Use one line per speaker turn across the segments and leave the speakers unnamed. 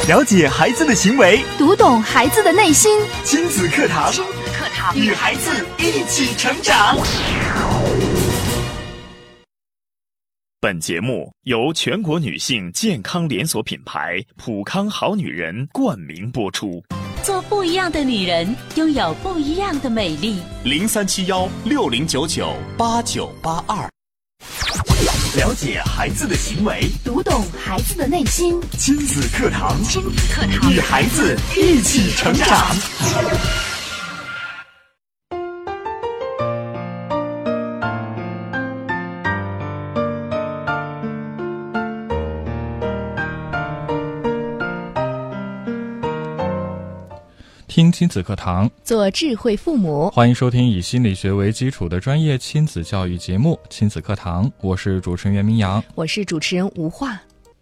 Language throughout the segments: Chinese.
了解孩子的行为，
读懂孩子的内心。
亲子课堂，与孩子一起成长。本节目由全国女性健康连锁品牌普康好女人冠名播出。
做不一样的女人，拥有不一样的美丽。
037160998982，了解孩子的行为，
读懂孩子的内心。
亲子课堂，与孩子一起成长。
听亲子课堂，
做智慧父母。
欢迎收听以心理学为基础的专业亲子教育节目《亲子课堂》，我是主持人袁明阳，
我是主持人吴化。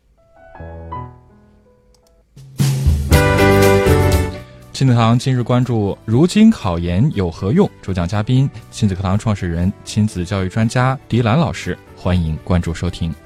亲子课堂今日关注：如今考研有何用？主讲嘉宾：亲子课堂创始人、亲子教育专家狄兰老师。欢迎关注收听。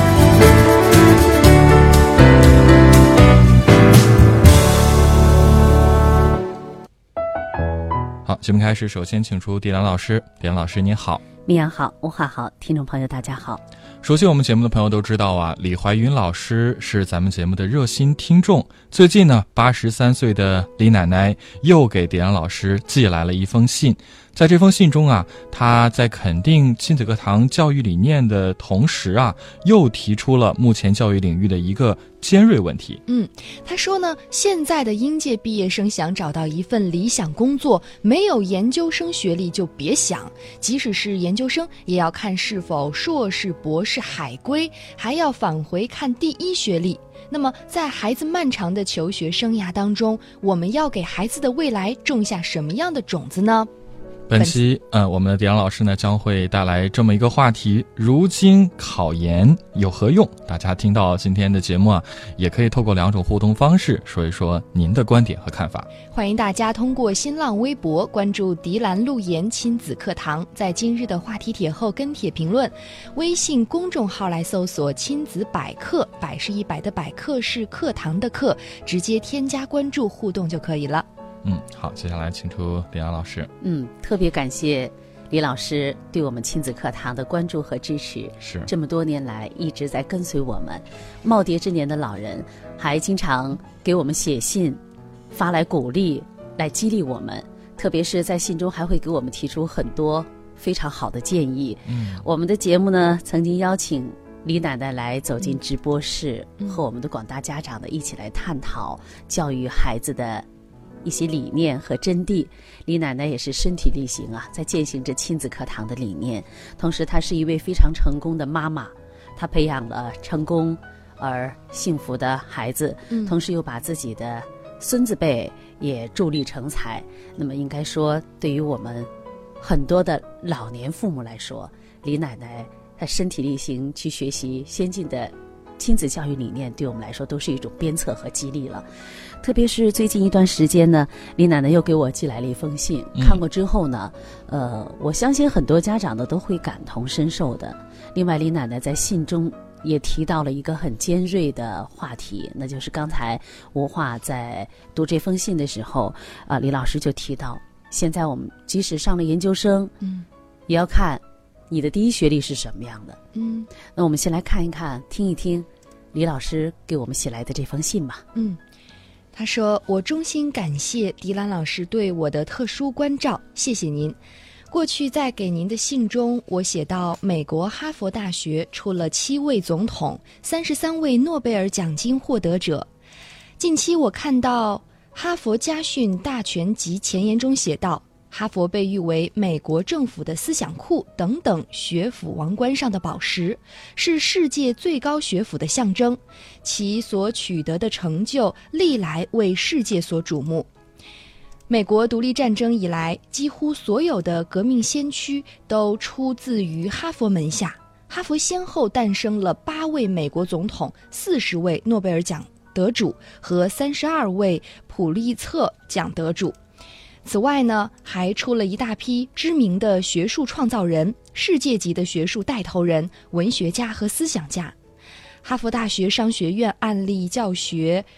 好，节目开始，首先请出狄兰老师。狄兰老师您好。
明阳好，吴化好，听众朋友大家好。
熟悉我们节目的朋友都知道啊，李怀云老师是咱们节目的热心听众。最近呢，83岁的李奶奶又给狄兰老师寄来了一封信。在这封信中啊，他在肯定亲子课堂教育理念的同时啊，又提出了目前教育领域的一个尖锐问题。
他说呢，现在的应届毕业生想找到一份理想工作，没有研究生学历就别想，即使是研究生，也要看是否硕士、博士海归，还要返回看第一学历。那么在孩子漫长的求学生涯当中，我们要给孩子的未来种下什么样的种子呢？
本期我们的狄兰老师呢将会带来这么一个话题：如今考研有何用？大家听到今天的节目啊，也可以透过2种互动方式说一说您的观点和看法。
欢迎大家通过新浪微博关注狄兰路言亲子课堂，在今日的话题帖后跟帖评论，微信公众号来搜索亲子百课，百是100的百，课是课堂的课，直接添加关注互动就可以了。
好，接下来请出李阳老师。
特别感谢李老师对我们亲子课堂的关注和支持，
是
这么多年来一直在跟随我们。耄耋之年的老人还经常给我们写信，发来鼓励，来激励我们，特别是在信中还会给我们提出很多非常好的建议。我们的节目呢，曾经邀请李奶奶来走进直播室，和我们的广大家长呢一起来探讨教育孩子的一些理念和真谛。李奶奶也是身体力行啊，在践行着亲子课堂的理念。同时她是一位非常成功的妈妈，她培养了成功而幸福的孩子，同时又把自己的孙子辈也助力成才。那么应该说，对于我们很多的老年父母来说，李奶奶她身体力行去学习先进的亲子教育理念，对我们来说都是一种鞭策和激励了。特别是最近一段时间呢，李奶奶又给我寄来了一封信，看过之后呢，我相信很多家长呢都会感同身受的。另外，李奶奶在信中也提到了一个很尖锐的话题，那就是刚才吴化在读这封信的时候，李老师就提到，现在我们即使上了研究生，也要看你的第一学历是什么样的。那我们先来看一看，听一听李老师给我们写来的这封信吧。
他说，我衷心感谢狄兰老师对我的特殊关照，谢谢您。过去在给您的信中，我写到美国哈佛大学出了7位总统，33位诺贝尔奖金获得者。近期我看到哈佛家训大全集前言中写道，哈佛被誉为美国政府的思想库等等学府王冠上的宝石，是世界最高学府的象征，其所取得的成就历来为世界所瞩目。美国独立战争以来，几乎所有的革命先驱都出自于哈佛门下，哈佛先后诞生了8位美国总统、40位诺贝尔奖得主和32位普利策奖得主。此外呢，还出了一大批知名的学术创造人、世界级的学术带头人、文学家和思想家。哈佛大学商学院案例教学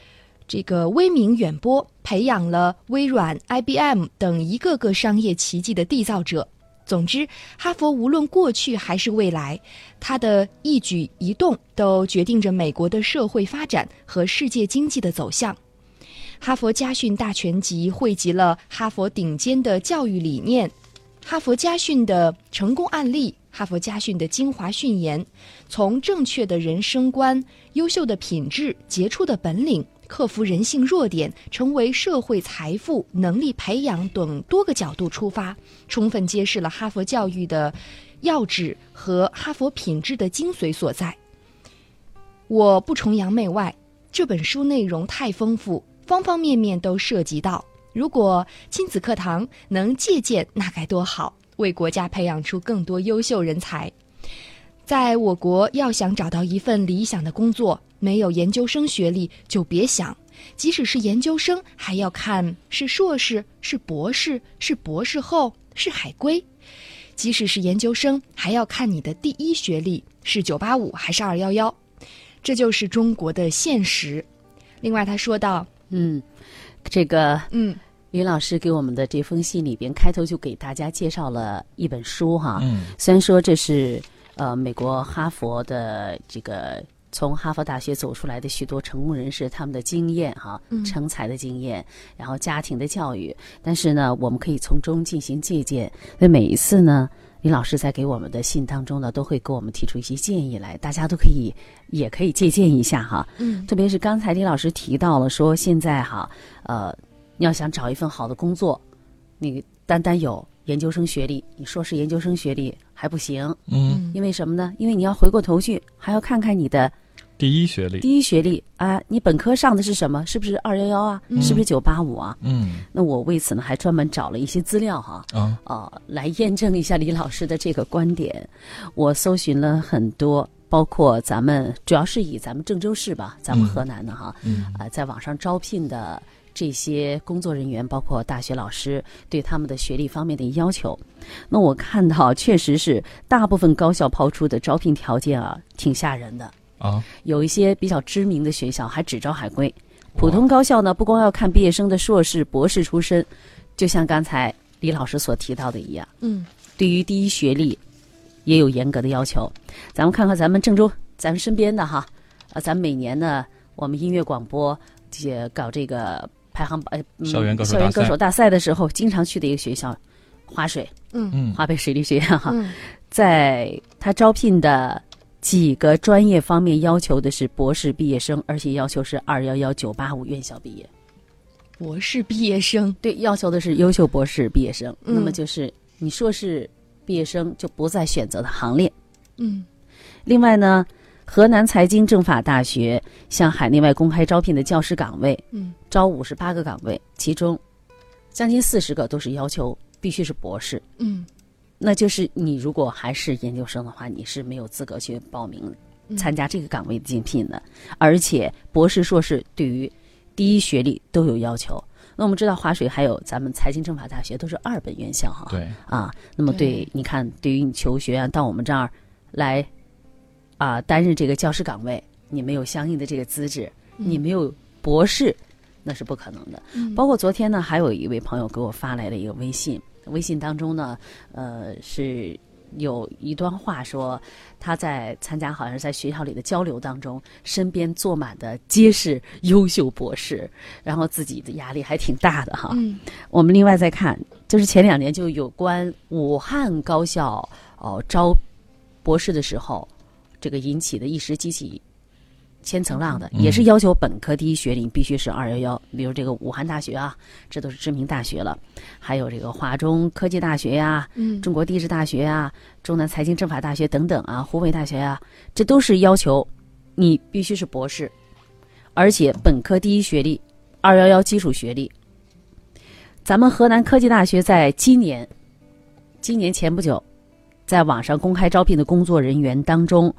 这个威名远播，培养了微软、IBM 等一个个商业奇迹的缔造者。总之，哈佛无论过去还是未来，它的一举一动都决定着美国的社会发展和世界经济的走向。哈佛家训大全集汇集了哈佛顶尖的教育理念、哈佛家训的成功案例、哈佛家训的精华训言，从正确的人生观、优秀的品质、杰出的本领、克服人性弱点、成为社会财富、能力培养等多个角度出发，充分揭示了哈佛教育的要旨和哈佛品质的精髓所在。我不崇洋媚外，这本书内容太丰富，方方面面都涉及到。如果亲子课堂能借鉴，那该多好，为国家培养出更多优秀人才。在我国，要想找到一份理想的工作，没有研究生学历就别想，即使是研究生，还要看是硕士、是博士、是博士后、是海归。即使是研究生，还要看你的第一学历是985还是211，这就是中国的现实。另外他说到，
这个林老师给我们的这封信里边，开头就给大家介绍了一本书哈。虽然说这是美国哈佛的这个从哈佛大学走出来的许多成功人士他们的经验哈，成才的经验，然后家庭的教育，但是呢，我们可以从中进行借鉴。那每一次呢，林老师在给我们的信当中呢，都会给我们提出一些建议来，大家都也可以借鉴一下哈。特别是刚才林老师提到了说，现在哈，你要想找一份好的工作，你单单有研究生学历，你硕士研究生学历还不行。因为什么呢？因为你要回过头去，还要看看你的
第一学历
啊，你本科上的是什么？是不是211啊？是不是985啊？那我为此呢，还专门找了一些资料哈，来验证一下李老师的这个观点。我搜寻了很多，包括主要是以咱们郑州市吧，咱们河南的哈，在网上招聘的这些工作人员，包括大学老师，对他们的学历方面的要求。那我看到确实是大部分高校抛出的招聘条件啊，挺吓人的。有一些比较知名的学校还只招海归，普通高校呢，不光要看毕业生的硕士、博士出身，就像刚才李老师所提到的一样，对于第一学历也有严格的要求。咱们看看咱们郑州，咱们身边的哈，咱们每年呢，我们音乐广播搞这个排行榜，
校园歌手
大赛的时候，经常去的一个学校，华水，华北水利学院哈，在他招聘的几个专业方面要求的是博士毕业生，而且要求是211、985院校毕业。
博士毕业生，
对，要求的是优秀博士毕业生。那么就是你硕士毕业生就不在选择的行列。另外呢，河南财经政法大学向海内外公开招聘的教师岗位，招58个岗位，其中将近40个都是要求必须是博士。那就是你如果还是研究生的话，你是没有资格去报名参加这个岗位的竞聘的。而且博士、硕士对于第一学历都有要求。那我们知道华水还有咱们财经政法大学都是2本院校哈。
对
啊，那么你看，对于你求学啊，到我们这儿来担任这个教师岗位，你没有相应的这个资质，你没有博士，那是不可能的。包括昨天呢，还有一位朋友给我发来了一个微信。微信当中呢，是有一段话说，他在参加好像是在学校里的交流当中，身边坐满的皆是优秀博士，然后自己的压力还挺大的哈。我们另外再看，就是前2年就有关武汉高校招博士的时候，这个引起的一时激起千层浪的，也是要求本科第一学历必须是211，比如这个武汉大学啊，这都是知名大学了，还有这个华中科技大学呀，中国地质大学呀，中南财经政法大学等等啊，湖北大学啊，这都是要求你必须是博士，而且本科第一学历，211基础学历。咱们河南科技大学在今年前不久，在网上公开招聘的工作人员当中，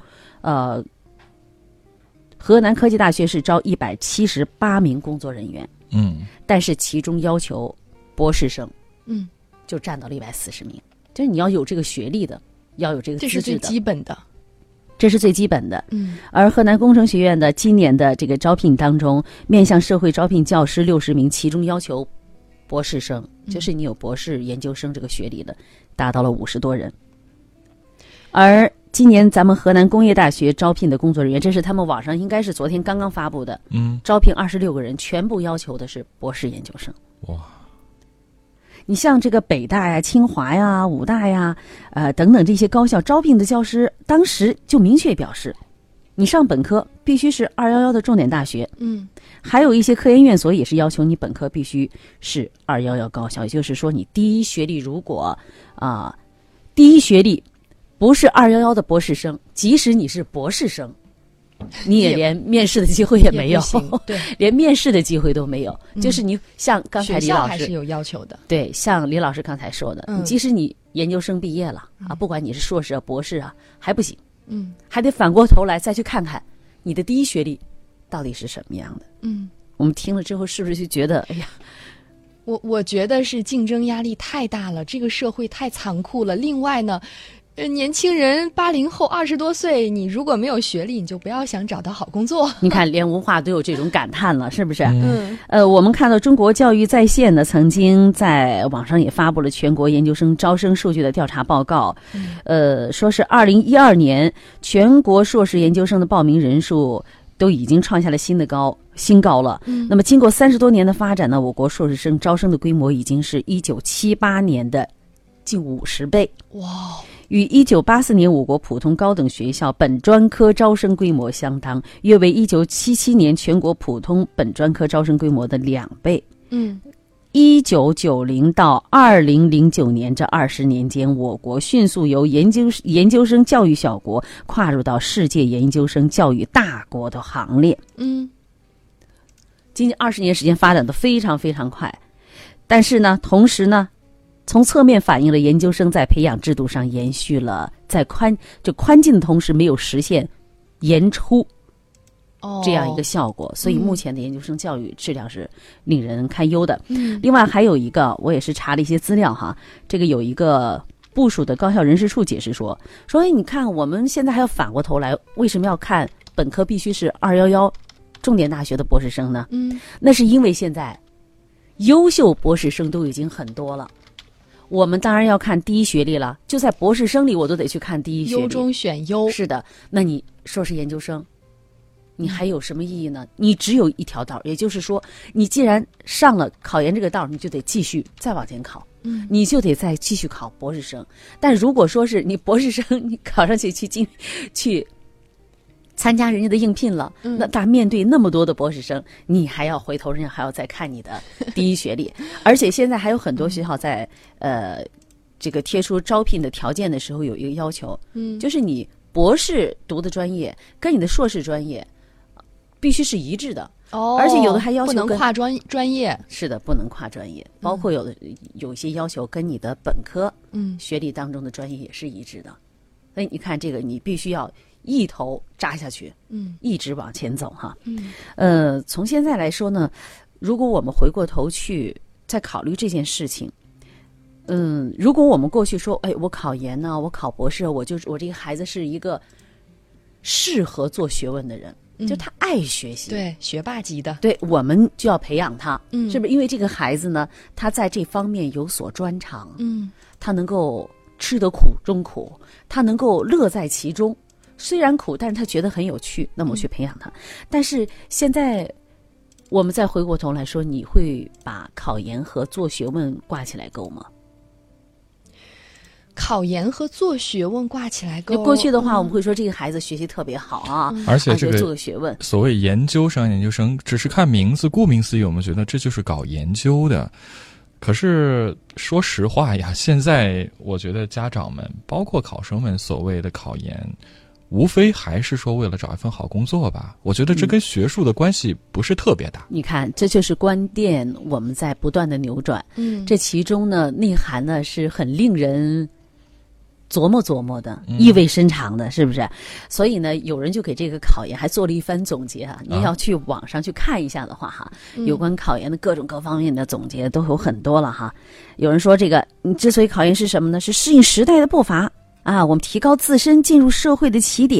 河南科技大学是招178名工作人员，但是其中要求博士生，就占到了140名，就是你要有这个学历的，要有这个资质的，
这是最基本的，
这是最基本的。而河南工程学院的今年的这个招聘当中，面向社会招聘教师60名，其中要求博士生，就是你有博士研究生这个学历的，达到了50多人。而今年咱们河南工业大学招聘的工作人员，这是他们网上应该是昨天刚刚发布的，招聘26个人，全部要求的是博士研究生。
哇！
你像这个北大呀、清华呀、武大呀，等等这些高校招聘的教师，当时就明确表示，你上本科必须是211的重点大学，还有一些科研院所也是要求你本科必须是211高校，也就是说，你第一学历如果第一学历不是211的博士生，即使你是博士生，你也连面试的机会也没有，
对，
连面试的机会都没有。就是你像刚才李老师
学校还是有要求的，
对，像李老师刚才说的，即使你研究生毕业了不管你是硕士啊、博士啊，还不行，还得反过头来再去看看你的第一学历到底是什么样的。我们听了之后是不是就觉得，哎呀，
我觉得是竞争压力太大了，这个社会太残酷了。另外呢，年轻人80后20多岁，你如果没有学历，你就不要想找到好工作。
你看，连文化都有这种感叹了，是不是？我们看到中国教育在线呢，曾经在网上也发布了全国研究生招生数据的调查报告。说是2012年全国硕士研究生的报名人数都已经创下了新高了。那么经过30多年的发展呢，我国硕士生招生的规模已经是1978年的近50倍。哇！与1984年我国普通高等学校本专科招生规模相当，约为1977年全国普通本专科招生规模的2倍。1990到2009年这20年间，我国迅速由研究生教育小国跨入到世界研究生教育大国的行列。仅仅20年时间发展的非常非常快，但是呢，同时呢，从侧面反映了研究生在培养制度上延续了在宽进的同时没有实现延出这样一个效果，所以目前的研究生教育质量是令人堪忧的。另外还有一个，我也是查了一些资料哈，这个有一个部属的高校人事处解释说，你看我们现在还要反过头来，为什么要看本科必须是211重点大学的博士生呢？那是因为现在优秀博士生都已经很多了。我们当然要看第一学历了，就在博士生里我都得去看第一学历，
优中选优。
是的，那你硕士研究生你还有什么意义呢？你只有一条道，也就是说你既然上了考研这个道，你就得继续再往前考，你就得再继续考博士生。但如果说是你博士生你考上去参加人家的应聘了，那面对那么多的博士生，你还要回头，人家还要再看你的第一学历。而且现在还有很多学校在这个贴出招聘的条件的时候有一个要求，就是你博士读的专业跟你的硕士专业必须是一致的。而且有的还要求
不能跨专业。
是的，不能跨专业，包括有一些要求跟你的本科学历当中的专业也是一致的。所以你看这个，你必须要一头扎下去，一直往前走哈。从现在来说呢，如果我们回过头去再考虑这件事情，如果我们过去说，我考研呢，我考博士，我这个孩子是一个适合做学问的人，就他爱学习，
对，学霸级的，
对，我们就要培养他，是不是？因为这个孩子呢，他在这方面有所专长，他能够吃得苦中苦，他能够乐在其中，虽然苦，但是他觉得很有趣，那么我去培养他。但是现在我们再回过头来说，你会把考研和做学问挂起来够吗？
考研和做学问挂起来够。
过去的话，我们会说这个孩子学习特别好啊，
而且这个
做个学问。
所谓研究生，只是看名字，顾名思义，我们觉得这就是搞研究的。可是说实话呀，现在我觉得家长们包括考生们所谓的考研，无非还是说为了找一份好工作吧。我觉得这跟学术的关系不是特别大。
你看，这就是观点我们在不断的扭转。这其中呢内涵呢是很令人琢磨的，意味深长的，是不是？所以呢，有人就给这个考研还做了一番总结啊。你要去网上去看一下的话哈，有关考研的各种各方面的总结都有很多了哈。有人说这个，你之所以考研是什么呢？是适应时代的步伐啊，我们提高自身进入社会的起点。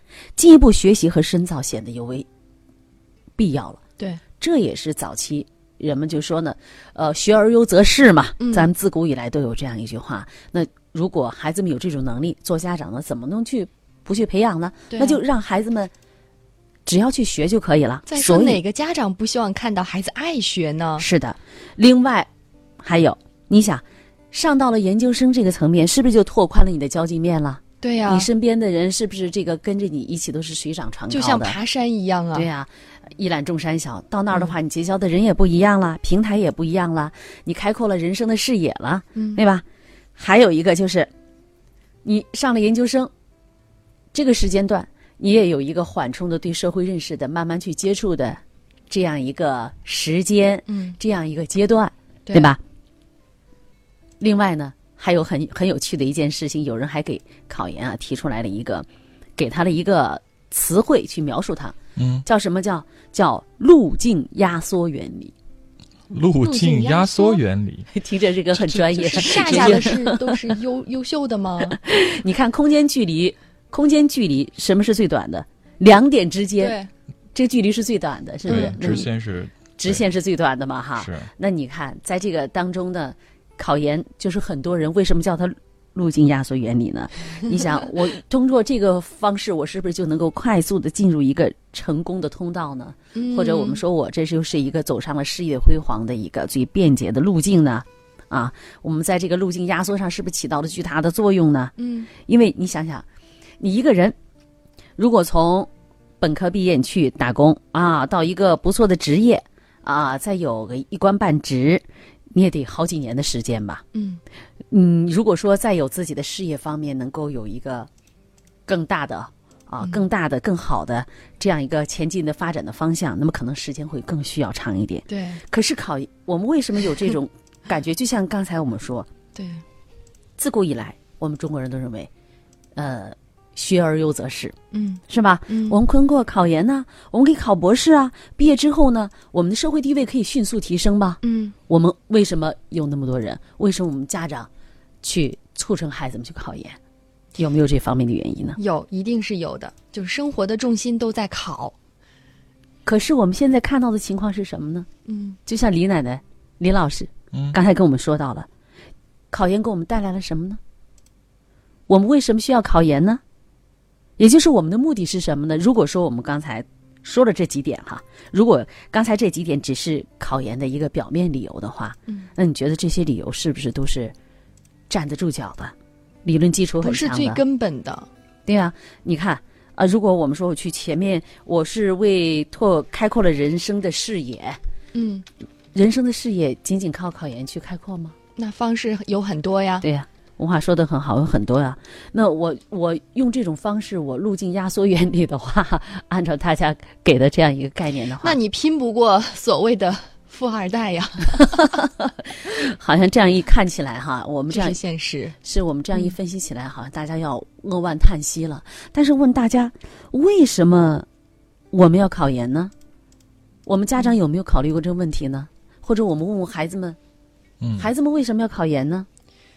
进一步学习和深造显得尤为必要了。
对，
这也是早期人们就说呢，学而优则仕嘛，咱们自古以来都有这样一句话。那如果孩子们有这种能力，做家长的怎么能不去培养呢？那就让孩子们只要去学就可以了。
再说哪个家长不希望看到孩子爱学呢？
是的。另外还有，你想上到了研究生这个层面，是不是就拓宽了你的交际面了？
对呀，
你身边的人是不是这个跟着你一起都是水涨船高的，
就像爬山一样啊？
对呀，一览众山小，到那儿的话，你结交的人也不一样了，平台也不一样了，你开阔了人生的视野了，对吧？还有一个就是，你上了研究生这个时间段，你也有一个缓冲的对社会认识的、慢慢去接触的这样一个时间，这样一个阶段，对吧？另外呢，还有很有趣的一件事情，有人还给考研啊提出来了给他了一个词汇去描述它，叫什么？叫路径压缩原理。
路径压缩原理，
听着这个很专业。
下的都是优秀的吗？
你看空间距离什么是最短的？2点之间，
对，
这个距离是最短的，是不是？
直线
是最短的嘛，哈。
是。
那你看，在这个当中呢，考研就是很多人为什么叫它路径压缩原理呢？你想，我通过这个方式，我是不是就能够快速的进入一个成功的通道呢？或者我们说我这就是一个走上了事业辉煌的一个最便捷的路径呢？啊，我们在这个路径压缩上是不是起到了巨大的作用呢？因为你想想，你一个人如果从本科毕业你去打工啊，到一个不错的职业啊，再有个一官半职，你也得好几年的时间吧。如果说再有自己的事业方面能够有一个更大的更好的这样一个前进的发展的方向，那么可能时间会更需要长一点。
对。
可是我们为什么有这种感觉？就像刚才我们说，
对，
自古以来我们中国人都认为，学而优则仕，是吧？我们通过考研呢，我们可以考博士啊，毕业之后呢，我们的社会地位可以迅速提升吧？我们为什么有那么多人？为什么我们家长去促成孩子们去考研？有没有这方面的原因呢？
有，一定是有的。就是生活的重心都在考。
可是我们现在看到的情况是什么呢？就像李奶奶、李老师，刚才跟我们说到了，考研给我们带来了什么呢？我们为什么需要考研呢？也就是我们的目的是什么呢？如果说我们刚才说了这几点哈，如果刚才这几点只是考研的一个表面理由的话，那你觉得这些理由是不是都是站得住脚的，理论基础很强的？
不是最根本的。
对啊，你看如果我们说我去前面，我是为开阔了人生的视野，人生的视野仅仅靠考研去开阔吗？
那方式有很多呀。
对呀。文化说得很好，有很多呀。那我用这种方式，我路径压缩原理的话，按照大家给的这样一个概念的话，
那你拼不过所谓的富二代呀。
好像这样一看起来哈，我们这样
是现实，
是我们这样一分析起来，好像大家要扼腕叹息了。但是问大家，为什么我们要考研呢？我们家长有没有考虑过这个问题呢？或者我们问问孩子们，孩子们为什么要考研呢？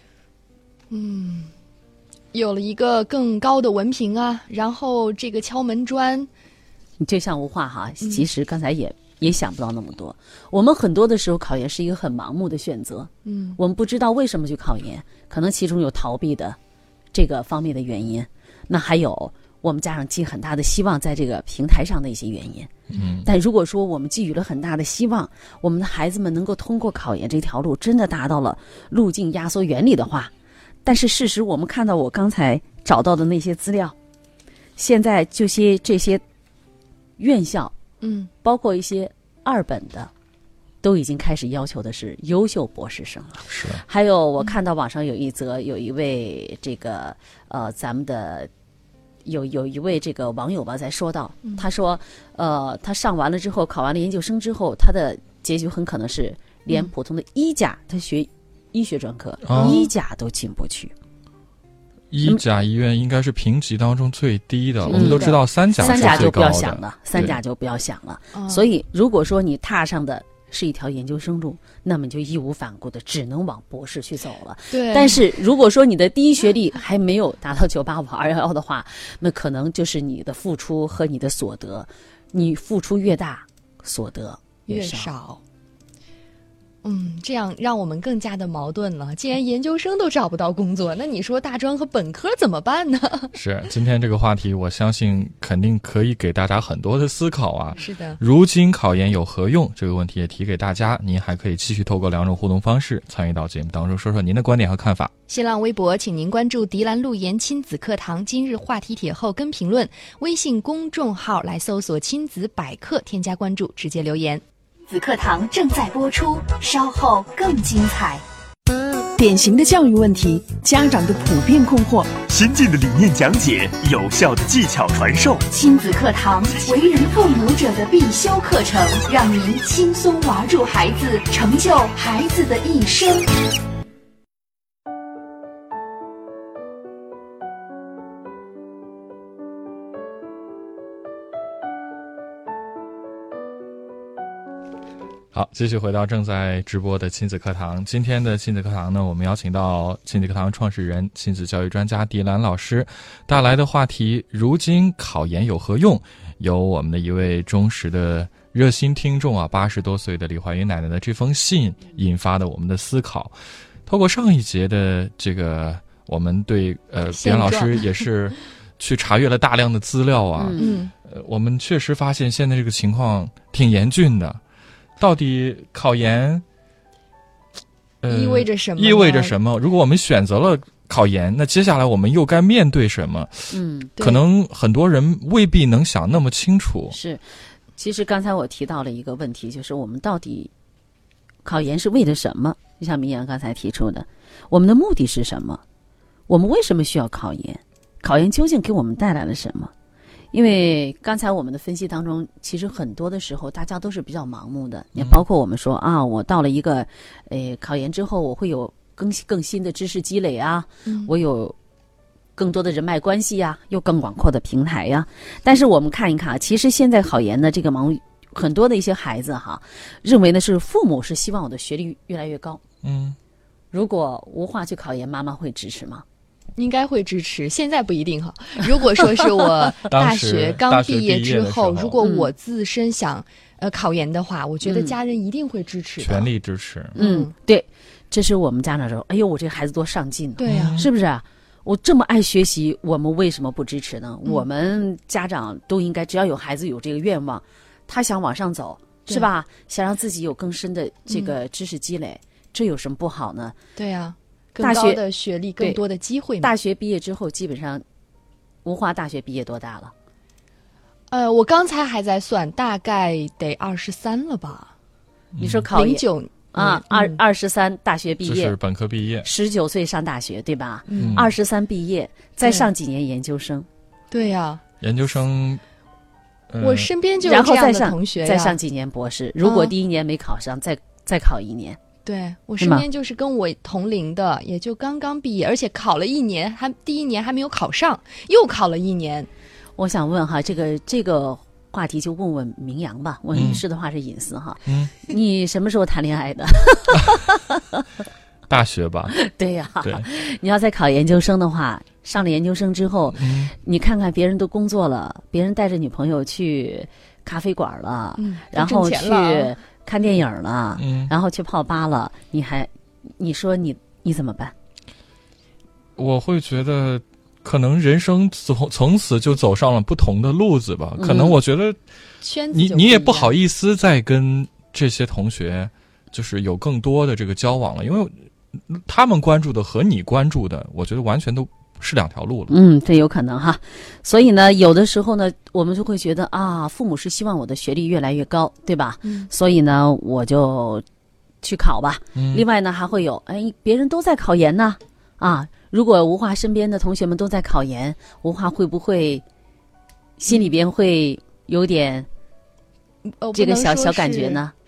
有了一个更高的文凭啊，然后这个敲门砖。
就像无话哈，其实刚才也想不到那么多。我们很多的时候考研是一个很盲目的选择，我们不知道为什么去考研，可能其中有逃避的这个方面的原因，那还有我们家长寄很大的希望在这个平台上的一些原因。但如果说我们寄予了很大的希望，我们的孩子们能够通过考研这条路真的达到了路径压缩原理的话，但是事实我们看到我刚才找到的那些资料，现在这些院校，包括一些二本的，都已经开始要求的是优秀博士生了。
是。
还有我看到网上有一位这个咱们的有一位这个网友吧在说到，他说他上完了之后，考完了研究生之后，他的结局很可能是连普通的医甲，他学医学专科，医甲都进不去。
医甲医院应该是评级当中最低的，我们都知道三甲是最高的。
三甲就不要想了，所以如果说你踏上的是一条研究生路，那么你就义无反顾的只能往博士去走了。
对，
但是如果说你的第一学历还没有达到985、211的话，那可能就是你的付出和你的所得，你付出越大，所得
越少。这样让我们更加的矛盾了。既然研究生都找不到工作，那你说大专和本科怎么办呢？
是，今天这个话题，我相信肯定可以给大家很多的思考啊。
是的，
如今考研有何用？这个问题也提给大家，您还可以继续透过2种互动方式参与到节目当中，说说您的观点和看法。
新浪微博，请您关注迪兰路言亲子课堂今日话题帖后跟评论，微信公众号来搜索亲子百科，添加关注，直接留言。
子课堂正在播出，稍后更精彩。
典型的教育问题，家长的普遍困惑，
先进的理念讲解，有效的技巧传授。
亲子课堂，为人父母者的必修课程，让您轻松玩住孩子，成就孩子的一生。
好，继续回到正在直播的亲子课堂。今天的亲子课堂呢，我们邀请到亲子课堂创始人、亲子教育专家迪兰老师带来的话题：如今考研有何用？由我们的一位忠实的热心听众啊，80多岁的李怀云奶奶的这封信引发的我们的思考。透过上一节的这个，我们对迪兰老师也是去查阅了大量的资料啊，我们确实发现现在这个情况挺严峻的。到底考研
意味着什么？
意味着什么？如果我们选择了考研，那接下来我们又该面对什么？可能很多人未必能想那么清楚。
是，其实刚才我提到了一个问题，就是我们到底考研是为了什么？就像明阳刚才提出的，我们的目的是什么？我们为什么需要考研？考研究竟给我们带来了什么？因为刚才我们的分析当中，其实很多的时候大家都是比较盲目的，也包括我们说啊，我到了一个考研之后，我会有更新的知识积累啊，我有更多的人脉关系呀，又更广阔的平台呀。但是我们看一看，其实现在考研的这个很多的一些孩子哈，认为呢是父母是希望我的学历越来越高。如果无话去考研，妈妈会支持吗？
应该会支持，现在不一定哈。如果说是我大学刚毕业之后，如果我自身想考研的话，我觉得家人一定会支持的，
全力支持。
对，这是我们家长说，哎呦，我这个孩子多上进呢，
对呀，
是不是啊？我这么爱学习，我们为什么不支持呢？我们家长都应该，只要有孩子有这个愿望，他想往上走，是吧？想让自己有更深的这个知识积累，这有什么不好呢？
对呀。更高的学历，更多的机会。
大学毕业之后，基本上，吴华大学毕业多大
了？我刚才还在算，大概得23了吧？
你说考研
09
啊，23大学毕业，
就是本科毕业
，19岁上大学，对吧？23毕业，再上几年研究生。
对呀，
研究生。
我身边就有这样的同学呀，
再上几年博士。如果第一年没考上，再考1年。
对，我身边就是跟我同龄的，也就刚刚毕业，而且考了1年，第一年还没有考上，又考了1年。
我想问哈，这个话题就问问明阳吧，问女士的话是隐私哈。你什么时候谈恋爱的？
大学吧。
对呀，你要再考研究生的话，上了研究生之后，你看看别人都工作了，别人带着女朋友去咖啡馆了，然后去看电影了，然后去泡吧了，你说你怎么办？
我会觉得可能人生从此就走上了不同的路子吧。可能我觉得你也不好意思再跟这些同学就是有更多的这个交往了，因为他们关注的和你关注的，我觉得完全都是2条路了。
这有可能哈。所以呢，有的时候呢，我们就会觉得啊，父母是希望我的学历越来越高，对吧？所以呢，我就去考吧。另外呢，还会有别人都在考研呢，啊，如果吴华身边的同学们都在考研，吴华会不会心里边会有点这个小感觉呢？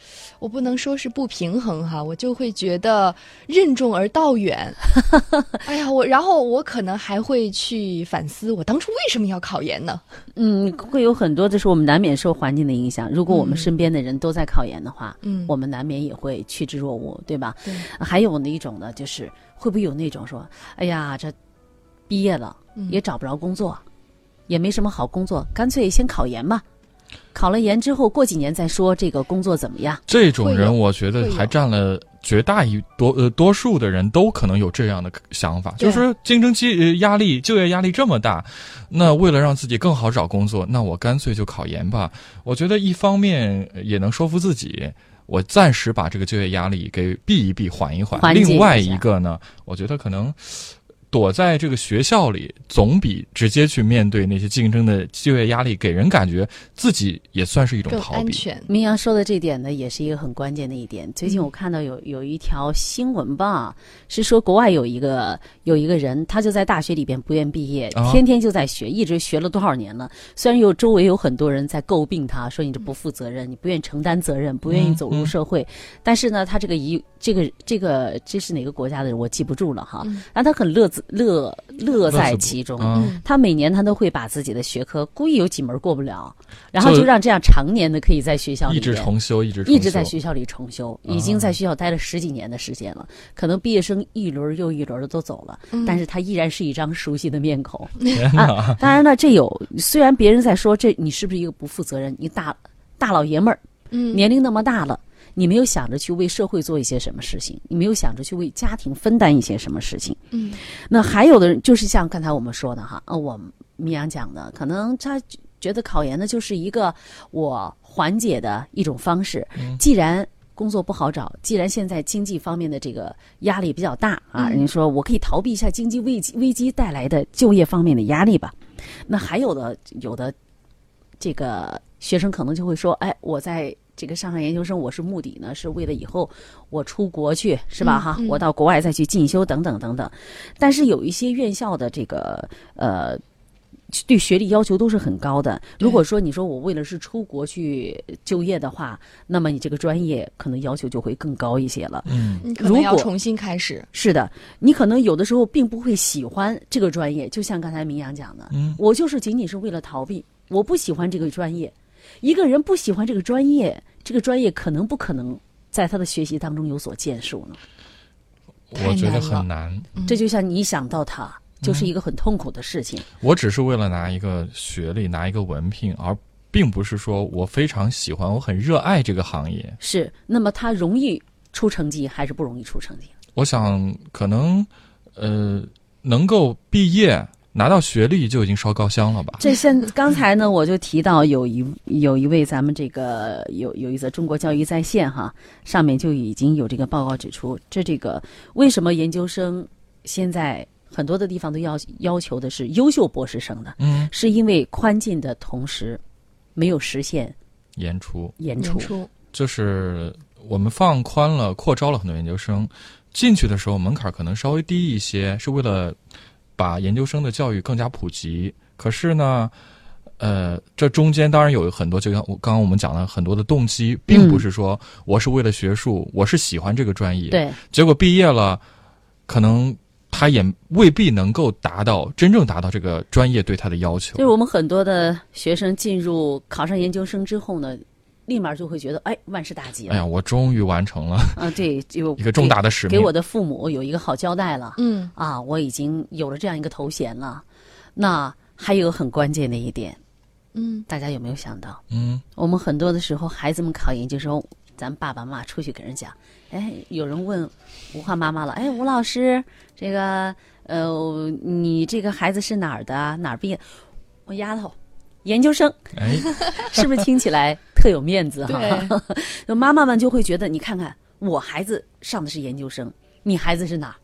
我不能说是不平衡哈，我就会觉得任重而道远。哎呀，然后我可能还会去反思，我当初为什么要考研呢？
会有很多，就是我们难免受环境的影响。如果我们身边的人都在考研的话，我们难免也会趋之若鹜，对吧？对。还有那一种呢，就是会不会有那种说，哎呀，这毕业了也找不着工作，也没什么好工作，干脆先考研吧。考了研之后，过几年再说这个工作怎么样。
这种人，我觉得还占了绝大多数的人都可能有这样的想法，就是说竞争压力、就业压力这么大，那为了让自己更好找工作，那我干脆就考研吧。我觉得一方面也能说服自己，我暂时把这个就业压力给避一避、缓一缓。另外一个呢，我觉得可能躲在这个学校里，总比直接去面对那些竞争的就业压力，给人感觉自己也算是一种逃避。
更安全。
明阳说的这点呢，也是一个很关键的一点。最近我看到有一条新闻吧，是说国外有一个人，他就在大学里边不愿毕业，天天就在学，一直学了多少年了。虽然周围有很多人在诟病他，说你这不负责任，你不愿意承担责任，不愿意走入社会，但是呢，他这是哪个国家的人我记不住了哈，然后他很乐在其中。他每年他都会把自己的学科故意有几门过不了，然后就让这样常年的可以在学校里
一直重修，一
直在学校里重修，已经在学校待了10几年的时间了。可能毕业生一轮又一轮的都走了，但是他依然是一张熟悉的面孔。当然了，虽然别人在说你是不是一个不负责任，你大老爷们儿，年龄那么大了。你没有想着去为社会做一些什么事情，你没有想着去为家庭分担一些什么事情。那还有的人就是像刚才我们说的哈，我明阳讲的，可能他觉得考研呢就是一个我缓解的一种方式。既然工作不好找，既然现在经济方面的这个压力比较大啊，人家说我可以逃避一下经济危机带来的就业方面的压力吧。那还有的这个学生可能就会说，哎，我在这个上研究生，我是目的呢，是为了以后我出国去，是吧？哈，我到国外再去进修等等等等。但是有一些院校的这个对学历要求都是很高的。如果说你说我为了是出国去就业的话，那么你这个专业可能要求就会更高一些了。
你可能要重新开始。
是的，你可能有的时候并不会喜欢这个专业，就像刚才明阳讲的，我就是仅仅是为了逃避，我不喜欢这个专业。一个人不喜欢这个专业，这个专业可能不可能在他的学习当中有所建树呢？
我觉得很难。
这就像你想到它，就是一个很痛苦的事情。
我只是为了拿一个学历，拿一个文凭，而并不是说我非常喜欢，我很热爱这个行业。
是，那么它容易出成绩还是不容易出成绩？
我想可能能够毕业拿到学历就已经烧高香了吧。
刚才呢，我就提到有一位咱们这个有一则中国教育在线哈，上面就已经有这个报告指出，这个为什么研究生现在很多的地方都要求的是优秀博士生的，是因为宽进的同时没有实现
严出，就是我们放宽了，扩招了很多研究生，进去的时候门槛可能稍微低一些，是为了把研究生的教育更加普及。可是呢，这中间当然有很多，就像刚刚我们讲了很多的动机，并不是说我是为了学术，我是喜欢这个专业。
对，
结果毕业了，可能他也未必能够真正达到这个专业对他的要求。
就是我们很多的学生考上研究生之后呢，立马就会觉得，哎，万事大吉了。
哎呀，我终于完成了
对，有
一个重大的使命，
给我的父母有一个好交代了。我已经有了这样一个头衔了。那还有很关键的一点，大家有没有想到？我们很多的时候，孩子们考研究生，咱爸爸妈妈出去给人讲，哎，有人问吴华妈妈了，哎，吴老师，这个你这个孩子是哪儿的？哪儿毕业？我丫头。研究生，是不是听起来特有面子哈？对，妈妈们就会觉得，你看看我孩子上的是研究生，你孩子是哪？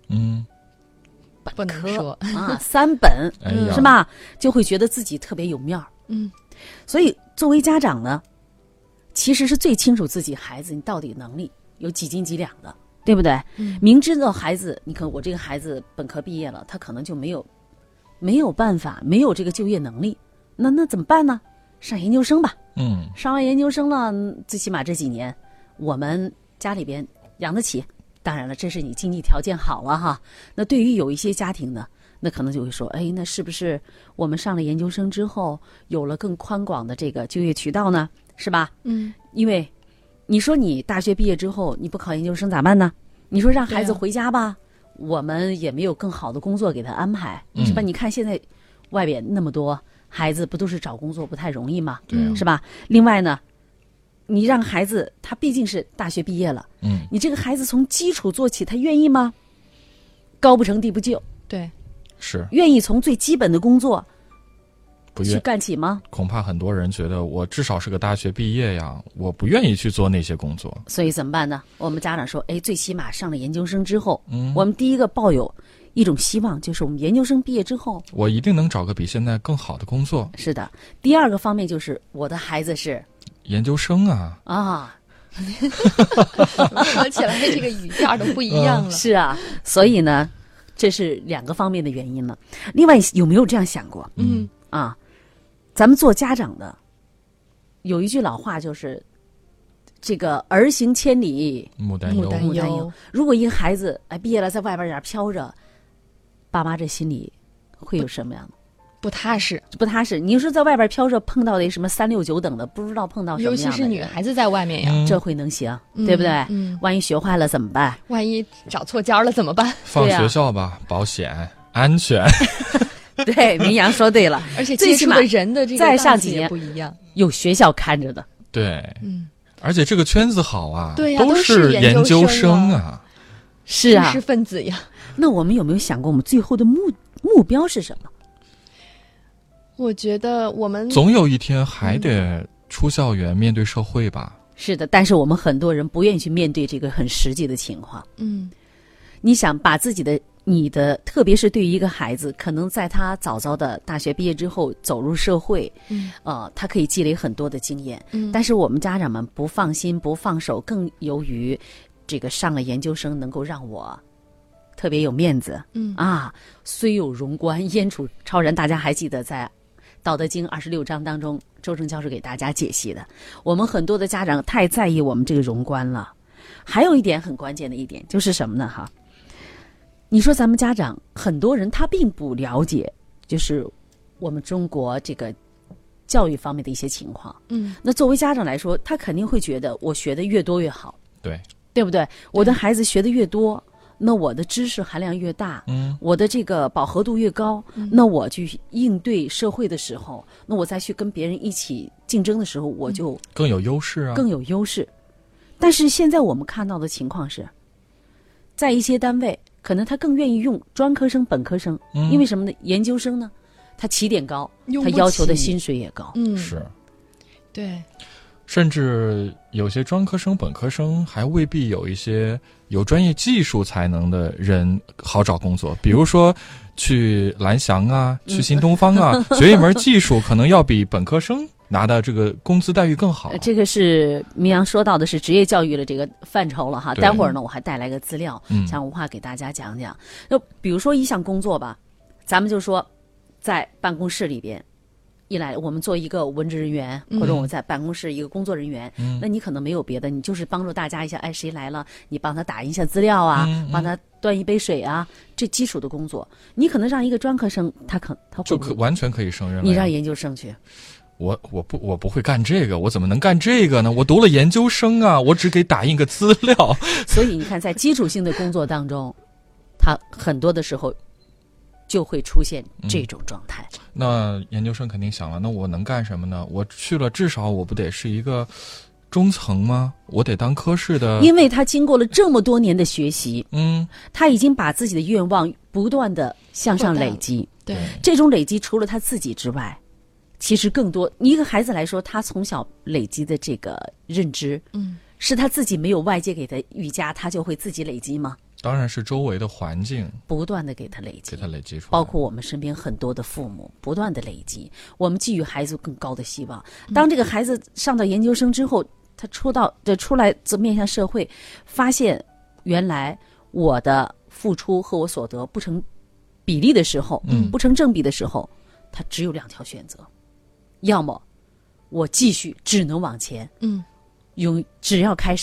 不能说
啊，3本，是吧？就会觉得自己特别有面儿。所以作为家长呢，其实是最清楚自己孩子你到底能力有几斤几两的，对不对？明知道孩子，你看我这个孩子本科毕业了，他可能就没有办法，没有这个就业能力。那怎么办呢？上研究生吧。上完研究生了，最起码这几年， 我们家里边养得起，当然了，这是你经济条件好了哈。那对于有一些家庭呢，那可能就会说，哎，那是不是我们上了研究生之后有了更宽广的这个就业渠道呢？是吧？因为你说你大学毕业之后你不考研究生咋办呢？你说让孩子回家吧，我们也没有更好的工作给他安排，是吧？你看现在外边那么多孩子，不都是找工作不太容易吗？是吧？另外呢，你让孩子他毕竟是大学毕业了，你这个孩子从基础做起，他愿意吗？高不成低不就，
对，
是
愿意从最基本的工作
不
去干起吗？
恐怕很多人觉得我至少是个大学毕业呀，我不愿意去做那些工作。
所以怎么办呢？我们家长说，哎，最起码上了研究生之后，我们第一个抱有一种希望，就是我们研究生毕业之后，
我一定能找个比现在更好的工作。
是的。第二个方面就是我的孩子是
研究生啊，
合起来这个语调都不一样了。
是啊，所以呢，这是两个方面的原因了。另外，有没有这样想过？咱们做家长的有一句老话，就是这个儿行千里
牡丹
忧。如果一个孩子毕业了，在外边点飘着，爸妈这心里会有什么样的？
不踏实。
你说在外边飘着，碰到的什么3、6、9等的，不知道碰到什么样的人，
尤其是女孩子在外面呀，
这会能行，对不对？万一学坏了怎么办？
万一找错家了怎么办？
放学校吧，保险安全。
对，明阳说对了，
而且接触的人的这个
再上几年
不一样，
有学校看着的。
对，而且这个圈子好啊，
对呀，
都是研究生啊，
是啊，
知识分子呀。
那我们有没有想过，我们最后的目标是什么？
我觉得我们
总有一天还得出校园面对社会吧。
是的，但是我们很多人不愿意去面对这个很实际的情况。你想把自己的。你的，特别是对于一个孩子，可能在他早早的大学毕业之后走入社会，他可以积累很多的经验。但是我们家长们不放心、不放手，更由于这个上了研究生能够让我特别有面子。虽有荣观，燕楚超然。大家还记得在《道德经》26章当中，周正教授给大家解析的。我们很多的家长太在意我们这个荣观了。还有一点很关键的一点就是什么呢？你说咱们家长很多人他并不了解，就是我们中国这个教育方面的一些情况。那作为家长来说，他肯定会觉得我学的越多越好，对不对？我的孩子学的越多，那我的知识含量越大，我的这个饱和度越高，那我去应对社会的时候，那我再去跟别人一起竞争的时候，我就
更有优势啊，
更有优势。但是现在我们看到的情况是，在一些单位。可能他更愿意用专科生、本科生，因为什么呢？研究生呢，他起点高，他要求的薪水也高。
是，
对，
甚至有些专科生、本科生还未必有一些有专业技术才能的人好找工作。比如说，去蓝翔啊，去新东方啊，学一门技术，可能要比本科生拿的这个工资待遇更好。
这个是明阳说到的是职业教育的这个范畴了哈。待会儿呢，我还带来个资料，像文化给大家讲讲。那比如说一项工作吧，咱们就说在办公室里边，一来我们做一个文职人员，或者我们在办公室一个工作人员，那你可能没有别的，你就是帮助大家一下，谁来了，你帮他打一下资料啊，帮他端一杯水啊，这基础的工作，你可能让一个专科生，他
就完全可以胜任了。
你让研究生去。
我不会干这个，我怎么能干这个呢？我读了研究生啊，我只给打印个资料。
所以你看，在基础性的工作当中，他很多的时候就会出现这种状态。
那研究生肯定想了，那我能干什么呢？我去了，至少我不得是一个中层吗？我得当科室的。
因为他经过了这么多年的学习，他已经把自己的愿望不断的向上累积。
对，
这种累积除了他自己之外，其实更多，一个孩子来说，他从小累积的这个认知，是他自己没有外界给他愈加，他就会自己累积吗？
当然是周围的环境
不断的给他累积
出来，
包括我们身边很多的父母不断的累积，我们寄予孩子更高的希望。当这个孩子上到研究生之后，他出来面向社会，发现原来我的付出和我所得不成比例的时候，不成正比的时候，他只有2条选择。要么我继续只能往前，只要开始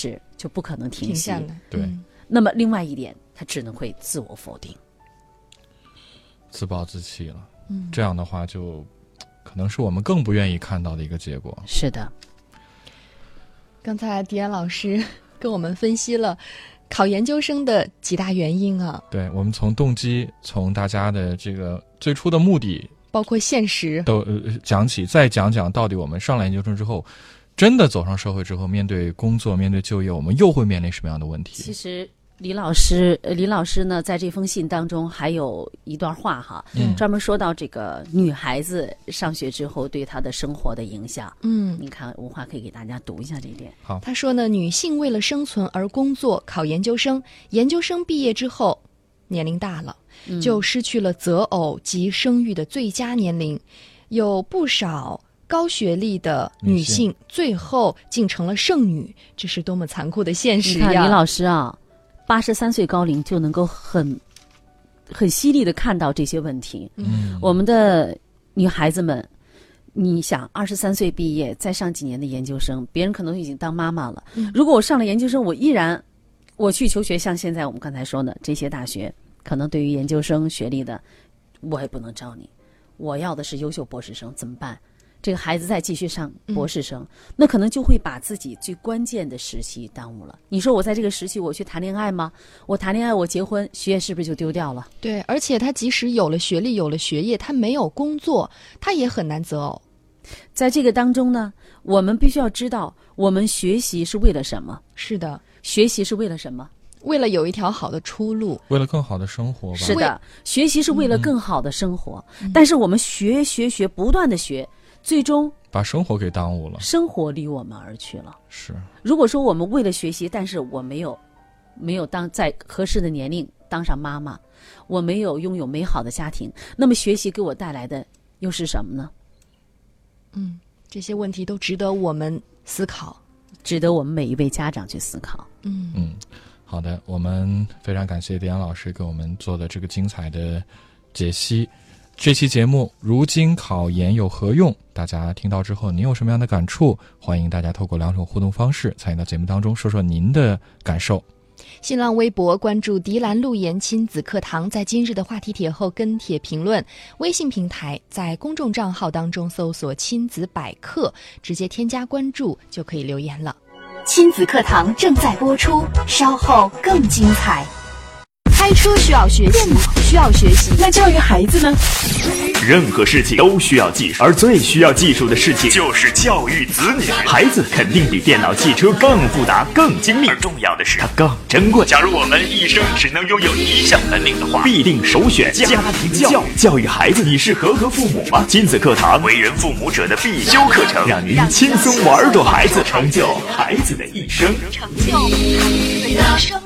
就不可能停息。
下来，
对。
那么另外一点，他只能会自我否定，
自暴自弃了。这样的话就可能是我们更不愿意看到的一个结果。
是的。
刚才迪安老师跟我们分析了考研究生的几大原因啊。
对，我们从动机，从大家的这个最初的目的，
包括现实
都讲起，再讲讲到底我们上了研究生之后，真的走上社会之后，面对工作，面对就业，我们又会面临什么样的问题？
其实李老师呢，在这封信当中还有一段话哈，专门说到这个女孩子上学之后对她的生活的影响。你看文化可以给大家读一下这一点。
好，
他说呢，女性为了生存而工作，考研究生，研究生毕业之后，年龄大了，就失去了择偶及生育的最佳年龄，有不少高学历的女性最后竟成了剩女，这是多么残酷的现实呀！
你看李老师啊，83岁高龄就能够很犀利的看到这些问题。我们的女孩子们，你想23岁毕业，再上几年的研究生，别人可能已经当妈妈了。如果我上了研究生，我依然我去求学，像现在我们刚才说的这些大学，可能对于研究生学历的，我也不能招你，我要的是优秀博士生，怎么办？这个孩子再继续上博士生，那可能就会把自己最关键的时期耽误了。你说我在这个时期我去谈恋爱吗？我谈恋爱，我结婚，学业是不是就丢掉了？
对，而且他即使有了学历，有了学业，他没有工作，他也很难择偶。
在这个当中呢，我们必须要知道，我们学习是为了什么？
是的，
学习是为了什么？
为了有一条好的出路，
为了更好的生活吧。
是的，学习是为了更好的生活。但是我们学，不断的学，最终
把生活给耽误了，
生活离我们而去了。
是，
如果说我们为了学习，但是我没有当在合适的年龄当上妈妈，我没有拥有美好的家庭，那么学习给我带来的又是什么呢？
这些问题都值得我们思考，
值得我们每一位家长去思考。
好的，我们非常感谢迪安老师给我们做的这个精彩的解析。这期节目如今考研有何用？大家听到之后您有什么样的感触？欢迎大家透过2种互动方式参与到节目当中，说说您的感受。
新浪微博关注迪兰路言亲子课堂，在今日的话题帖后跟帖评论。微信平台在公众账号当中搜索亲子百科，直接添加关注就可以留言了。
亲子课堂正在播出，稍后更精彩。开车需要学习，需要学习，
那教育孩子呢？
任何事情都需要技术，而最需要技术的事情就是教育子女。孩子肯定比电脑、汽车更复杂、更精密，而重要的是它更珍贵。假如我们一生只能拥有一项本领的话，必定首选家庭教育。教育孩子，你是合格父母吗？亲子课堂，为人父母者的必修课程，让您轻松玩转孩子，成就孩子的一生，
成就孩子的一生。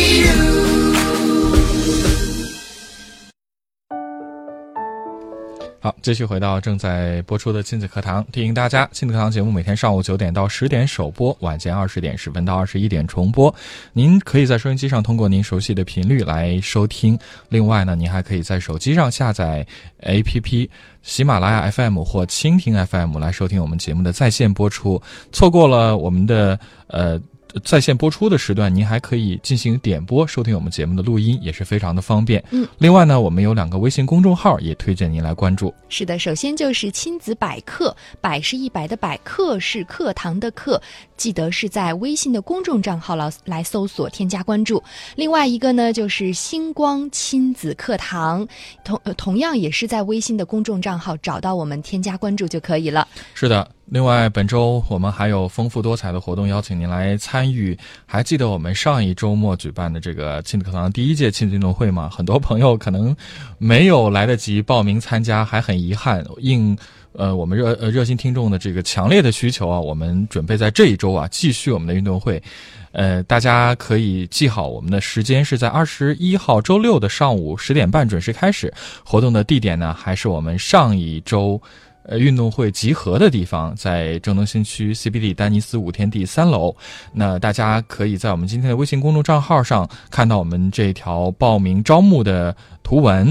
好，继续回到正在播出的亲子课堂，提醒大家，亲子课堂节目每天上午9点到10点首播，晚间20点10分到21点重播。您可以在收音机上通过您熟悉的频率来收听，另外呢，您还可以在手机上下载 APP 喜马拉雅 FM 或蜻蜓 FM 来收听我们节目的在线播出。错过了我们的在线播出的时段，您还可以进行点播收听我们节目的录音，也是非常的方便。另外呢，我们有2个微信公众号，也推荐您来关注。
是的，首先就是亲子百课，百是100的百，课是课堂的课，记得是在微信的公众账号来搜索添加关注。另外一个呢，就是星光亲子课堂，同样也是在微信的公众账号找到我们添加关注就可以了。
是的，另外本周我们还有丰富多彩的活动邀请您来参与。还记得我们上一周末举办的这个亲子课堂第1届亲子运动会吗？很多朋友可能没有来得及报名参加，还很遗憾。我们热心听众的这个强烈的需求啊，我们准备在这一周啊继续我们的运动会。大家可以记好，我们的时间是在21号周六的上午10点半准时开始。活动的地点呢，还是我们上一周运动会集合的地方，在郑东新区 CBD 丹尼斯5天地3楼。那大家可以在我们今天的微信公众账号上看到我们这条报名招募的图文。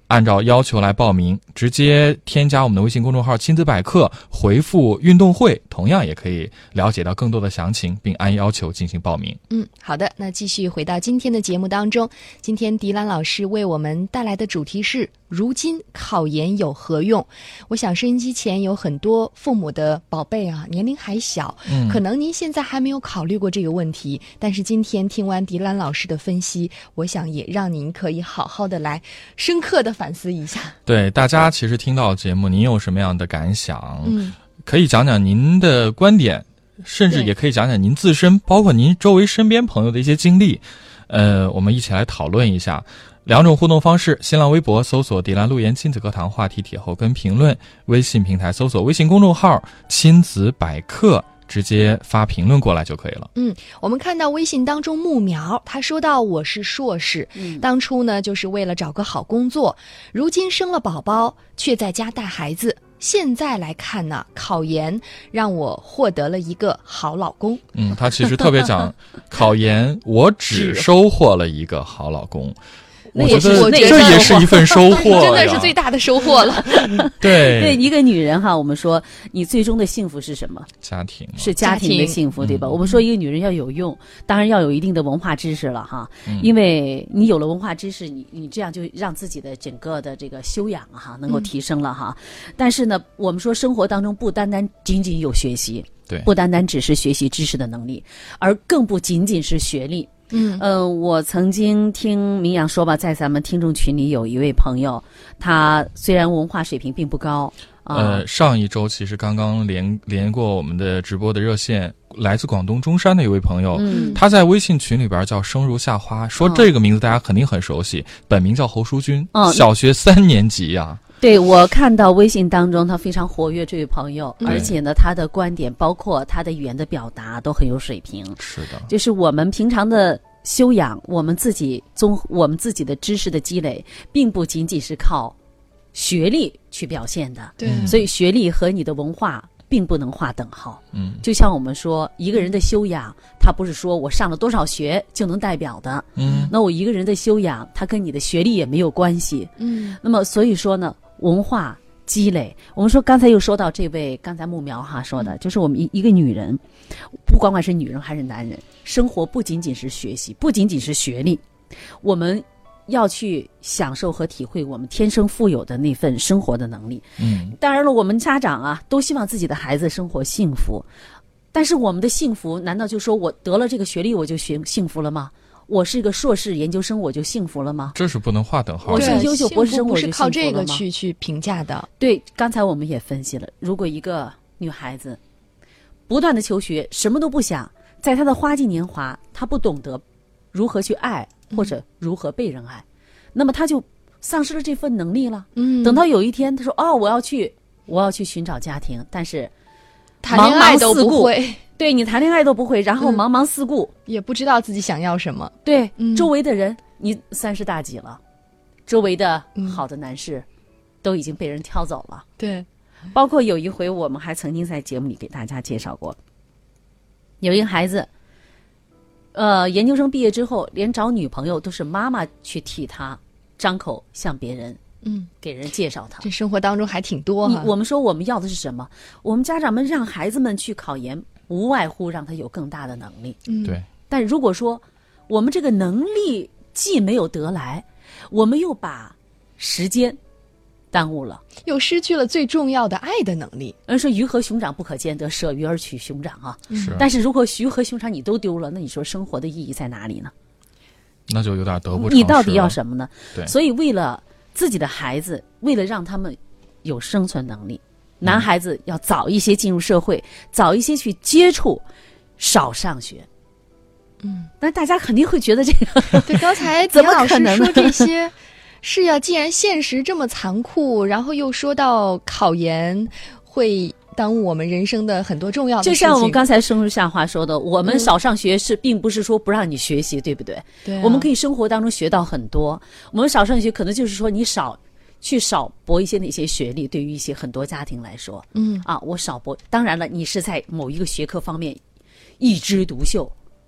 按照要求来报名，直接添加我们的微信公众号亲子百科，回复运动会，同样也可以了解到更多的详情，并按要求进行报名。
好的，那继续回到今天的节目当中，今天迪兰老师为我们带来的主题是如今考研有何用。我想收音机前有很多父母的宝贝啊，年龄还小，可能您现在还没有考虑过这个问题，但是今天听完迪兰老师的分析，我想也让您可以好好的来深刻的反思一下。
对，大家其实听到节目，您有什么样的感想？可以讲讲您的观点，甚至也可以讲讲您自身，包括您周围身边朋友的一些经历。我们一起来讨论一下。2种互动方式：新浪微博搜索迪兰路言亲子课堂话题帖后跟评论，微信平台搜索微信公众号亲子百科，直接发评论过来就可以了。
我们看到微信当中木苗他说到，我是硕士，当初呢就是为了找个好工作，如今生了宝宝却在家带孩子，现在来看呢，考研让我获得了一个好老公。
他其实特别讲考研我只收获了一个好老公。我觉得这也是一份收获
真的是最大的收获了。
对，
一个女人哈，我们说你最终的幸福是什么？
家庭，
是家庭的幸福，对吧？我们说一个女人要有用，当然要有一定的文化知识了哈，因为你有了文化知识，你这样就让自己的整个的这个修养哈能够提升了哈。但是呢，我们说生活当中不单单仅仅有学习，
对，
不单单只是学习知识的能力，而更不仅仅是学历。我曾经听明阳说吧，在咱们听众群里有一位朋友，他虽然文化水平并不高，
上一周其实刚刚连过我们的直播的热线，来自广东中山的一位朋友，他在微信群里边叫生如夏花，说这个名字大家肯定很熟悉，本名叫侯淑君，小学3年级呀。
对，我看到微信当中他非常活跃，这位朋友，而且呢，他的观点包括他的语言的表达都很有水平。
是的，
就是我们平常的修养，我们自己的知识的积累，并不仅仅是靠学历去表现的。
对，
所以学历和你的文化并不能划等号。就像我们说，一个人的修养，他不是说我上了多少学就能代表的。那我一个人的修养，他跟你的学历也没有关系。那么所以说呢，文化积累，我们说刚才又说到这位刚才木苗哈说的，就是我们一个女人，不管是女人还是男人，生活不仅仅是学习，不仅仅是学历，我们要去享受和体会我们天生富有的那份生活的能力。当然了，我们家长啊都希望自己的孩子生活幸福，但是我们的幸福难道就说我得了这个学历我就幸福了吗？我是一个硕士研究生我就幸福了吗？
这是不能划等号的。
我是优秀博士生我就幸福了吗？
不是靠这个去评价的。
对，刚才我们也分析了，如果一个女孩子不断的求学，什么都不想，在她的花季年华，她不懂得如何去爱或者如何被人爱，那么她就丧失了这份能力了。等到有一天她说我要去寻找家庭，但是
谈恋爱都不会，
对，你谈恋爱都不会，然后茫茫四顾，
也不知道自己想要什么。
对，周围的人，你30大几了，周围的好的男士都已经被人挑走了。
对，
包括有一回我们还曾经在节目里给大家介绍过，有一个孩子研究生毕业之后，连找女朋友都是妈妈去替他张口向别人给人介绍他。
这生活当中还挺多哈。
我们说我们要的是什么？我们家长们让孩子们去考研，无外乎让他有更大的能力。
对。
但如果说我们这个能力既没有得来，我们又把时间耽误了，
又失去了最重要的爱的能力。
人说鱼和熊掌不可兼得，舍鱼而取熊掌啊。
是。
但是如果鱼和熊掌你都丢了，那你说生活的意义在哪里呢？
那就有点得不偿失了。
你到底要什么呢？
对。
所以为了自己的孩子，为了让他们有生存能力，男孩子要早一些进入社会，早一些去接触，少上学。那大家肯定会觉得这个
对，刚才
怎么可能
说这些是呀，既然现实这么残酷，然后又说到考研会耽误我们人生的很多重要的事情。
就像我们刚才生如夏花说的，我们少上学并不是说不让你学习，对不对？
对、
我们可以生活当中学到很多。我们少上学可能就是说你少博一些那些学历，对于一些很多家庭来说，我少博。当然了，你是在某一个学科方面一枝独秀，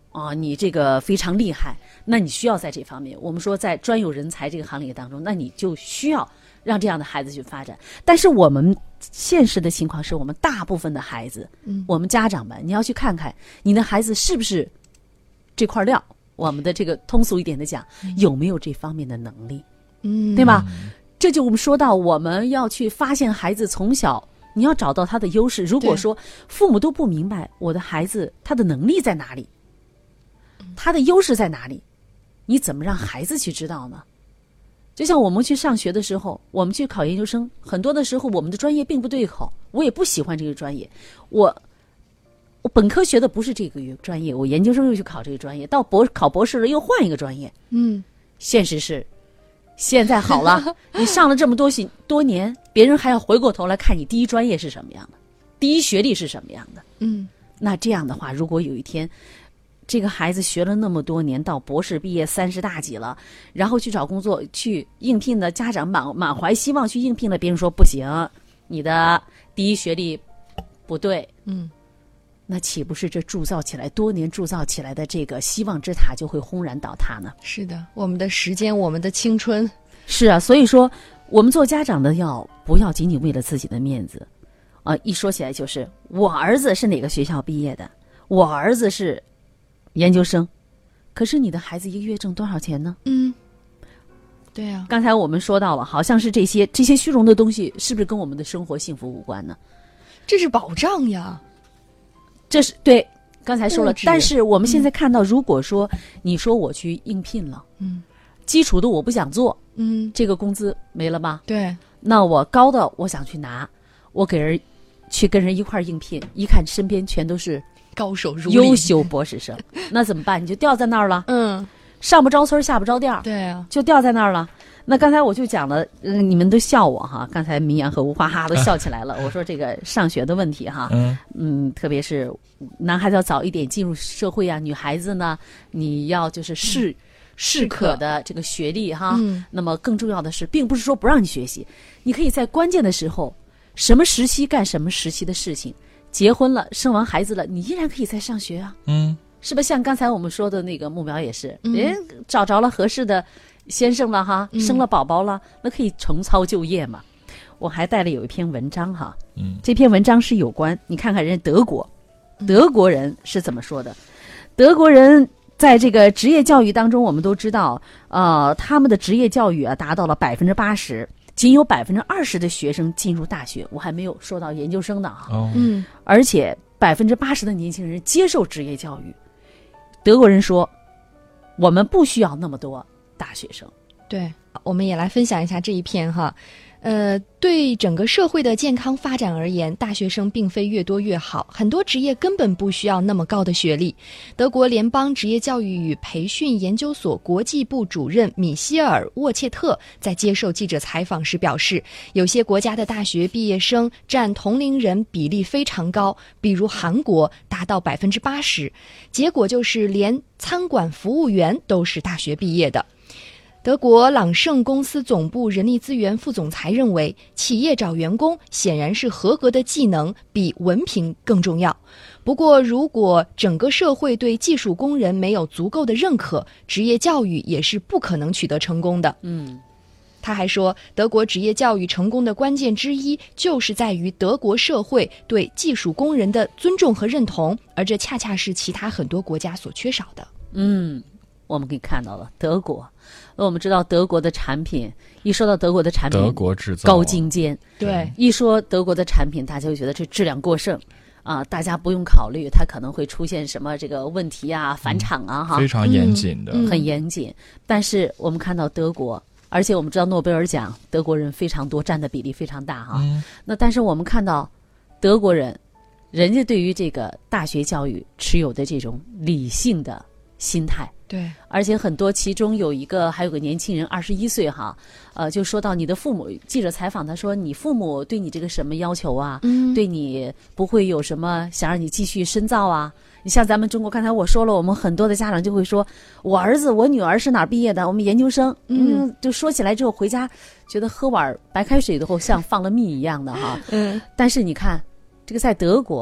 你这个非常厉害，那你需要在这方面，我们说在专有人才这个行业当中，那你就需要让这样的孩子去发展。但是我们现实的情况是我们大部分的孩子，我们家长们，你要去看看你的孩子是不是这块料，我们的这个通俗一点的讲，有没有这方面的能力，对吧？这就我们说到我们要去发现孩子从小你要找到他的优势。如果说父母都不明白我的孩子他的能力在哪里，他的优势在哪里，你怎么让孩子去知道呢？就像我们去上学的时候，我们去考研究生，很多的时候我们的专业并不对口，我也不喜欢这个专业，我本科学的不是这个专业，我研究生又去考这个专业，到考博士了又换一个专业。现实是现在好了你上了这么多年，别人还要回过头来看你第一专业是什么样的，第一学历是什么样的。那这样的话，如果有一天这个孩子学了那么多年，到博士毕业30大几了，然后去找工作去应聘的，家长满怀希望去应聘了，别人说不行，你的第一学历不对，那岂不是这多年铸造起来的这个希望之塔就会轰然倒塌呢？
是的，我们的时间，我们的青春。
是啊，所以说我们做家长的不要仅仅为了自己的面子一说起来就是我儿子是哪个学校毕业的，我儿子是研究生，可是你的孩子一个月挣多少钱呢？
对啊。
刚才我们说到了，好像是这些虚荣的东西，是不是跟我们的生活幸福无关呢？
这是保障呀。
这是对，刚才说了。但是我们现在看到，如果说你说我去应聘了，基础的我不想做，这个工资没了吧？
对。
那我高的我想去拿，我给人去跟人一块应聘，一看身边全都是
高手如
优秀博士生，那怎么办？你就掉在那儿了。上不着村下不着店。
对啊，
就掉在那儿了。那刚才我就讲了，你们都笑我哈，刚才明阳和吴花哈都笑起来了。我说这个上学的问题哈，特别是男孩子要早一点进入社会啊，女孩子呢，你要就是适可的这个学历哈。那么更重要的是，并不是说不让你学习，你可以在关键的时候，什么时期干什么时期的事情。结婚了，生完孩子了，你依然可以再上学啊。是不是像刚才我们说的那个木苗也是，找着了合适的先生了哈，生了宝宝了，那可以重操旧业嘛。我还带了有一篇文章哈，这篇文章是有关，你看看人家德国人是怎么说的。德国人在这个职业教育当中，我们都知道，他们的职业教育达到了80%。仅有20%的学生进入大学，我还没有说到研究生的哈。而且80%的年轻人接受职业教育。德国人说，我们不需要那么多大学生。
对，我们也来分享一下这一篇哈。对整个社会的健康发展而言，大学生并非越多越好，很多职业根本不需要那么高的学历。德国联邦职业教育与培训研究所国际部主任米歇尔·沃切特在接受记者采访时表示，有些国家的大学毕业生占同龄人比例非常高，比如韩国达到80%，结果就是连餐馆服务员都是大学毕业的。德国朗盛公司总部人力资源副总裁认为，企业找员工显然是合格的技能比文凭更重要。不过，如果整个社会对技术工人没有足够的认可，职业教育也是不可能取得成功的。他还说，德国职业教育成功的关键之一就是在于德国社会对技术工人的尊重和认同，而这恰恰是其他很多国家所缺少的。
我们可以看到了德国，我们知道德国的产品，一说到德国的产品，
德国制造
高精尖，
对，
一说德国的产品，大家就觉得这质量过剩啊，大家不用考虑它可能会出现什么这个问题啊、返厂啊，哈，
非常严谨的，
很严谨。但是我们看到德国，而且我们知道诺贝尔奖德国人非常多，占的比例非常大哈。那但是我们看到德国人，人家对于这个大学教育持有的这种理性的心态。
对，
而且很多，其中还有个年轻人21岁哈，就说到你的父母，记者采访他说，你父母对你这个什么要求啊？对你不会有什么想让你继续深造啊？你像咱们中国，刚才我说了，我们很多的家长就会说，我儿子我女儿是哪儿毕业的？我们研究生，就说起来之后回家觉得喝碗白开水都像放了蜜一样的哈。但是你看，这个在德国，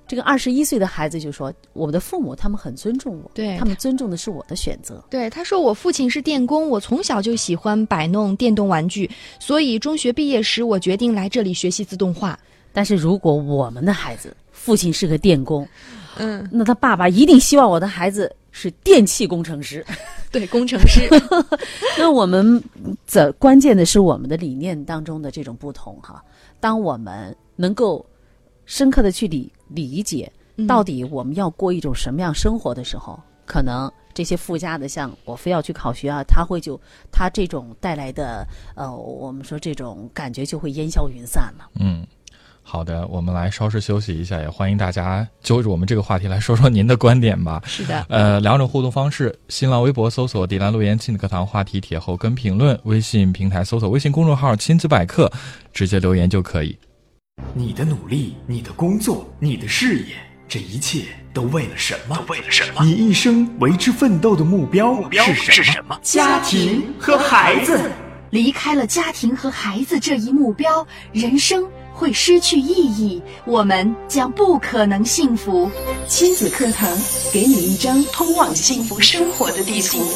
这个21岁的孩子就说，我的父母他们很尊重我，
对，
他们尊重的是我的选择。
对，他说我父亲是电工，我从小就喜欢摆弄电动玩具，所以中学毕业时我决定来这里学习自动化。
但是如果我们的孩子父亲是个电工，那他爸爸一定希望我的孩子是电气工程师。
对，工程师。
那我们关键的是我们的理念当中的这种不同哈。当我们能够深刻的去理解到底我们要过一种什么样生活的时候，可能这些附加的，像我非要去考学啊，他这种带来的我们说这种感觉就会烟消云散了。
好的，我们来稍事休息一下，也欢迎大家就着我们这个话题来说说您的观点吧。
是的，
两种互动方式：新浪微博搜索“迪兰路言亲子课堂”话题帖后跟评论，微信平台搜索微信公众号“亲子百科”，直接留言就可以。
你的努力，你的工作，你的事业，这一切都为了什么？你一生为之奋斗的目标是什么？家庭和孩子。
离开了家庭和孩子这一目标，人生会失去意义，我们将不可能幸福。
亲子课堂给你一张通往幸福生活的地图。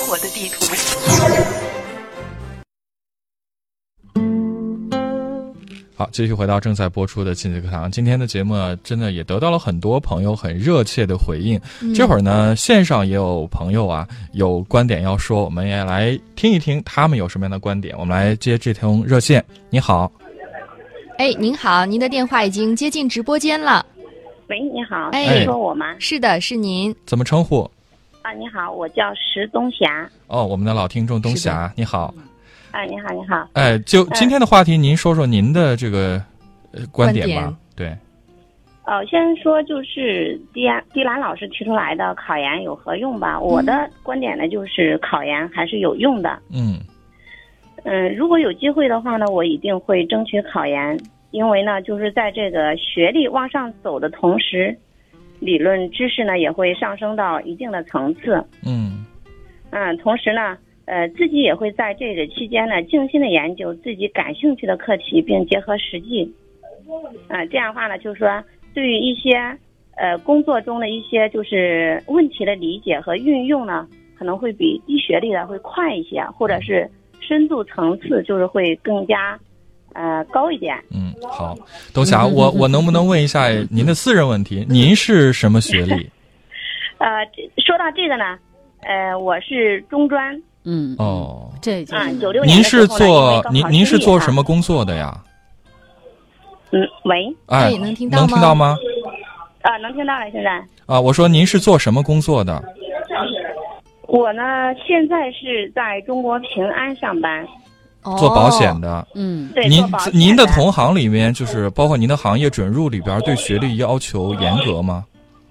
好，继续回到正在播出的亲子课堂。今天的节目真的也得到了很多朋友很热切的回应。这会儿呢，线上也有朋友啊有观点要说，我们也来听一听他们有什么样的观点。我们来接这通热线。你好。
您好，您的电话已经接进直播间了。
喂，你好，是说我吗？
是的，是您。
怎么称呼？
你好，我叫石东霞。
我们的老听众东霞，你好。
你好，你好。
就今天的话题，您说说您的这个观点吧。对。
先说就是迪兰老师提出来的考研有何用吧。我的观点呢，就是考研还是有用的。如果有机会的话呢，我一定会争取考研，因为呢，就是在这个学历往上走的同时，理论知识呢也会上升到一定的层次。同时呢。自己也会在这个期间呢，静心的研究自己感兴趣的课题，并结合实际。这样的话呢，就是说对于一些工作中的一些就是问题的理解和运用呢，可能会比低学历的会快一些，或者是深度层次就是会更加高一点。
好，东霞，我能不能问一下您的私人问题？您是什么学历？
说到这个呢，我是中专。
这
96年
您是做您是做什么工作的呀？
喂，
能听到
吗？
能听到了，现在。
我说您是做什么工作的？
我呢，现在是在中国平安上班。
做保险的。
对。
您的同行里面，就是包括您的行业准入里边，对学历要求严格吗？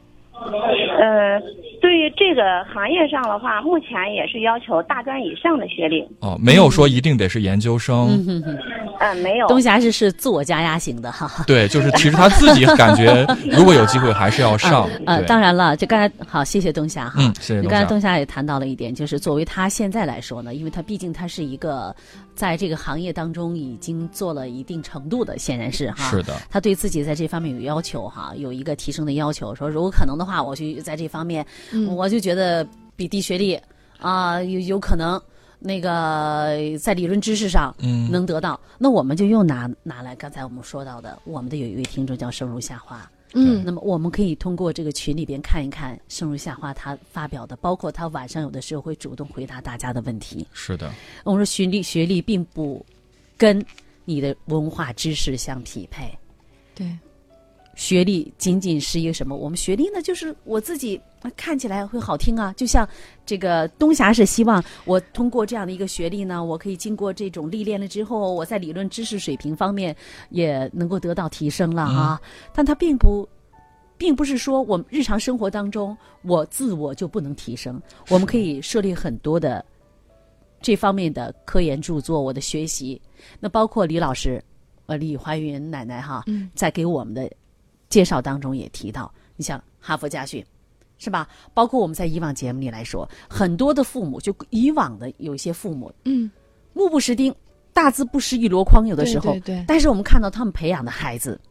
对于这个行业上的话，目前也是要求大专以上的学历。
没有说一定得是研究生。
没有。
东霞是自我加压型的哈。
对，就是其实他自己感觉，如果有机会还是要上。
当然了，就刚才好，谢谢东霞哈。
谢谢东霞。
刚才东霞也谈到了一点，就是作为他现在来说呢，因为他毕竟他是一个在这个行业当中已经做了一定程度的，显然是哈。
是的。
他对自己在这方面有要求哈，有一个提升的要求，说如果可能的话，我去在这方面。我就觉得比低学历有可能那个在理论知识上能得到，那我们就又拿来刚才我们说到的，我们的有一位听众叫生如夏花。那么我们可以通过这个群里边看一看生如夏花他发表的，包括他晚上有的时候会主动回答大家的问题。
是的。
我们说学历并不跟你的文化知识相匹配。
对。
学历仅仅是一个什么？我们学历呢，就是我自己看起来会好听啊。就像这个东霞是希望我通过这样的一个学历呢，我可以经过这种历练了之后，我在理论知识水平方面也能够得到提升了啊。但它并不是说我们日常生活当中我自我就不能提升，我们可以设立很多的这方面的科研著作，我的学习。那包括李老师，李怀云奶奶哈，在给我们的介绍当中也提到，你像哈佛家训，是吧？包括我们在以往节目里来说，很多的父母，就以往的有一些父母，目不识丁，大字不识一箩筐，有的时候，
对。
但是我们看到他们培养的孩子，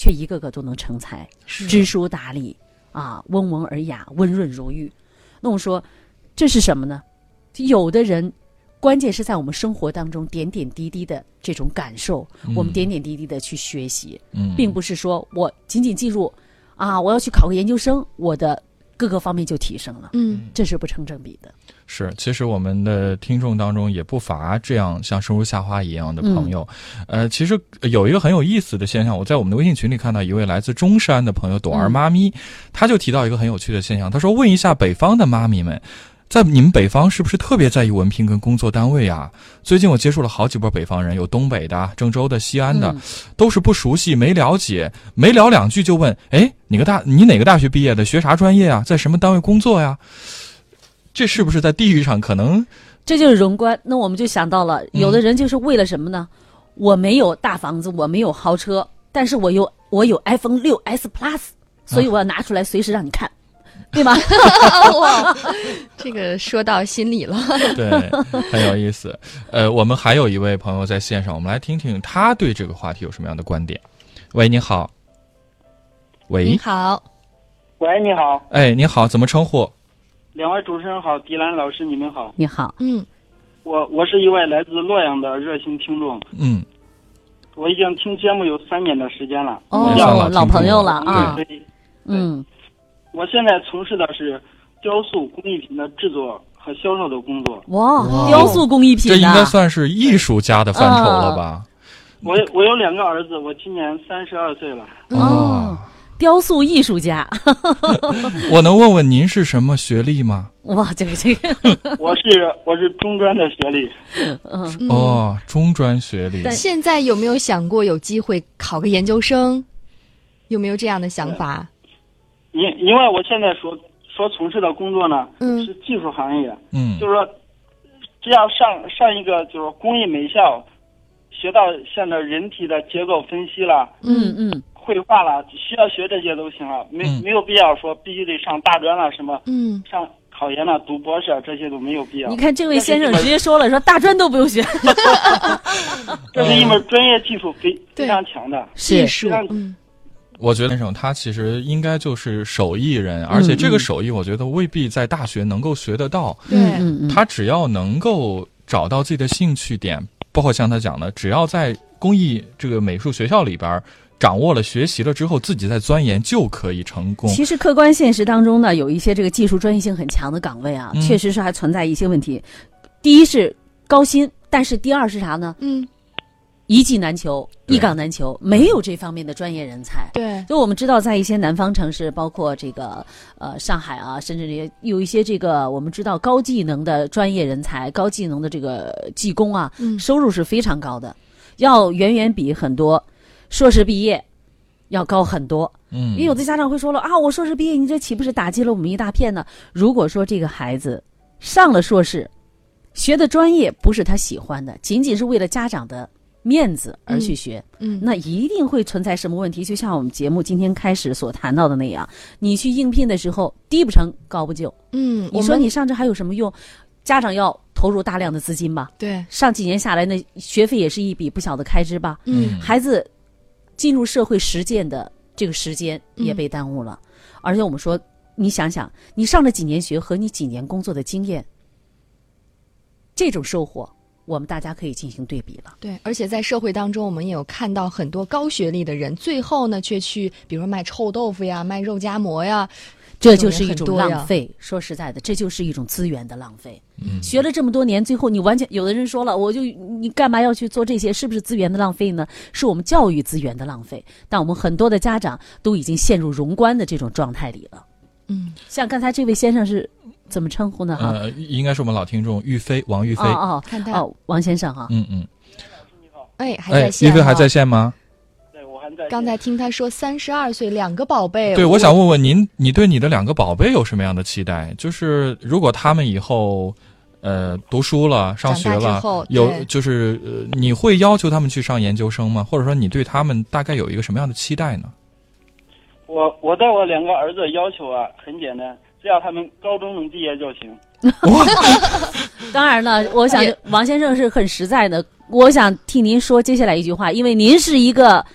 却一个个都能成才，知书达理啊，温文尔雅，温润如玉。那我说这是什么呢？有的人关键是在我们生活当中点点滴滴的这种感受，我们点点滴滴的去学习，并不是说我仅仅记住啊，我要去考个研究生，我的各个方面就提升了，这是不成正比的。
是，其实我们的听众当中也不乏这样像生如夏花一样的朋友。其实有一个很有意思的现象，我在我们的微信群里看到一位来自中山的朋友朵儿妈咪，他就提到一个很有趣的现象，他说问一下北方的妈咪们，在你们北方是不是特别在意文凭跟工作单位啊？最近我接触了好几波北方人，有东北的、郑州的、西安的，都是不熟悉、没了解，没聊两句就问：哎，你哪个大学毕业的？学啥专业啊？在什么单位工作呀？这是不是在地域上可能？
这就是荣观。那我们就想到了，有的人就是为了什么呢？我没有大房子，我没有豪车，但是我有 iPhone 6S Plus， 所以我要拿出来随时让你看。对吗？
哇，这个说到心里了。
对，很有意思。我们还有一位朋友在线上，我们来听听他对这个话题有什么样的观点。喂，你好。喂，
你好。
喂，你好。
哎，你好，怎么称呼？
两位主持人好，迪兰老师你们好。
你好。
我是一位来自洛阳的热心听众。我已经听节目有3年的时间了。
哦，老朋友了啊。
对。我现在从事的是雕塑工艺品的制作和销售的工作。
哇，雕塑工艺品，
这应该算是艺术家的范畴了吧？
我有2个儿子，我今年32岁了。
哦，雕塑艺术家。
我能问问您是什么学历吗？
哇，这个。
我是中专的学历。
哦，中专学历。
现在有没有想过有机会考个研究生？有没有这样的想法？
因为我现在所从事的工作呢，是技术行业，就是说，只要上一个就是工艺美校，学到像这人体的结构分析了，绘画了，需要学这些都行了，没有必要说必须得上大专了什么，上考研了、读博士这些都没有必要。
你看这位先生直接说了，说大专都不用学。
这是一门专业技术非常强的
技术。
我觉得先生他其实应该就是手艺人，而且这个手艺我觉得未必在大学能够学得到。他只要能够找到自己的兴趣点，包括像他讲的，只要在工艺这个美术学校里边掌握了、学习了之后，自己再钻研就可以成功。
其实客观现实当中呢，有一些这个技术专业性很强的岗位啊，确实是还存在一些问题。第一是高薪，但是第二是啥呢？一技难求，一岗难求，没有这方面的专业人才。
对，
所以我们知道，在一些南方城市，包括这个上海啊，甚至也有一些这个我们知道高技能的专业人才、高技能的这个技工啊，收入是非常高的，要远远比很多硕士毕业要高很多。因为有的家长会说了啊，我硕士毕业，你这岂不是打击了我们一大片呢？如果说这个孩子上了硕士，学的专业不是他喜欢的，仅仅是为了家长的面子而去学，那一定会存在什么问题？就像我们节目今天开始所谈到的那样，你去应聘的时候，低不成高不就。你说你上这还有什么用？家长要投入大量的资金吧？
对，
上几年下来，那学费也是一笔不小的开支吧？孩子进入社会实践的这个时间也被耽误了，而且我们说，你想想，你上了几年学和你几年工作的经验，这种收获，我们大家可以进行对比了。
对，而且在社会当中，我们也有看到很多高学历的人，最后呢却去，比如说卖臭豆腐呀、卖肉夹馍呀，
这就是一种浪费。说实在的，这就是一种资源的浪费。学了这么多年，最后你完全，有的人说了，你干嘛要去做这些？是不是资源的浪费呢？是我们教育资源的浪费。但我们很多的家长都已经陷入荣观的这种状态里了。像刚才这位先生是怎么称呼呢？
应该是我们老听众王玉飞。
看他
王先生哈。
哎，还在线。
玉飞还在线吗？
对，我还在线。
刚才听他说32岁，2个宝贝。
对，我想问问您，你对你的2个宝贝有什么样的期待？就是如果他们以后读书了、上学了，你会要求他们去上研究生吗？或者说你对他们大概有一个什么样的期待呢？
我对我2个儿子要求啊很简单，只要他们高中能毕业就行。
当然了，我想王先生是很实在的，我想替您说接下来一句话，因为您是一个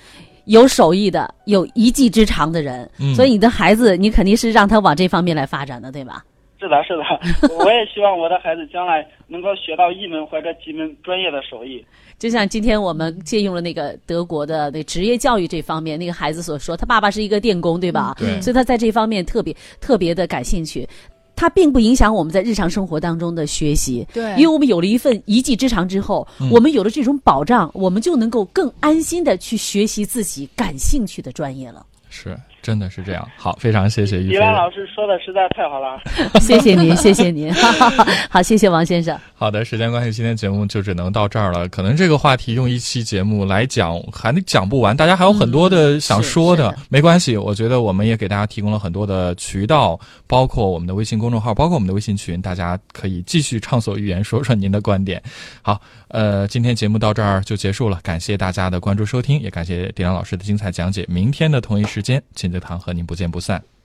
有手艺的、有一技之长的人，所以你的孩子，你肯定是让他往这方面来发展的，对吧？
是的，是的，我也希望我的孩子将来能够学到一门或者几门专业的手艺。
就像今天我们借用了那个德国的那职业教育这方面，那个孩子所说，他爸爸是一个电工，对吧？
对，
所以他在这方面特别的感兴趣。它并不影响我们在日常生活当中的学习，
对，
因为我们有了一份一技之长之后，我们有了这种保障，我们就能够更安心的去学习自己感兴趣的专业了。
是，真的是这样。好，非常谢谢于飞。
李兰老师说的实在太好了，
谢谢您，谢谢您。好，谢谢王先生。
好的，时间关系，今天节目就只能到这儿了。可能这个话题用一期节目来讲还讲不完，大家还有很多的想说的，没关系。我觉得我们也给大家提供了很多的渠道，包括我们的微信公众号，包括我们的微信群，大家可以继续畅所欲言，说说您的观点。好，今天节目到这儿就结束了，感谢大家的关注收听，也感谢迪兰老师的精彩讲解。明天的同一时间，亲子堂和您不见不散。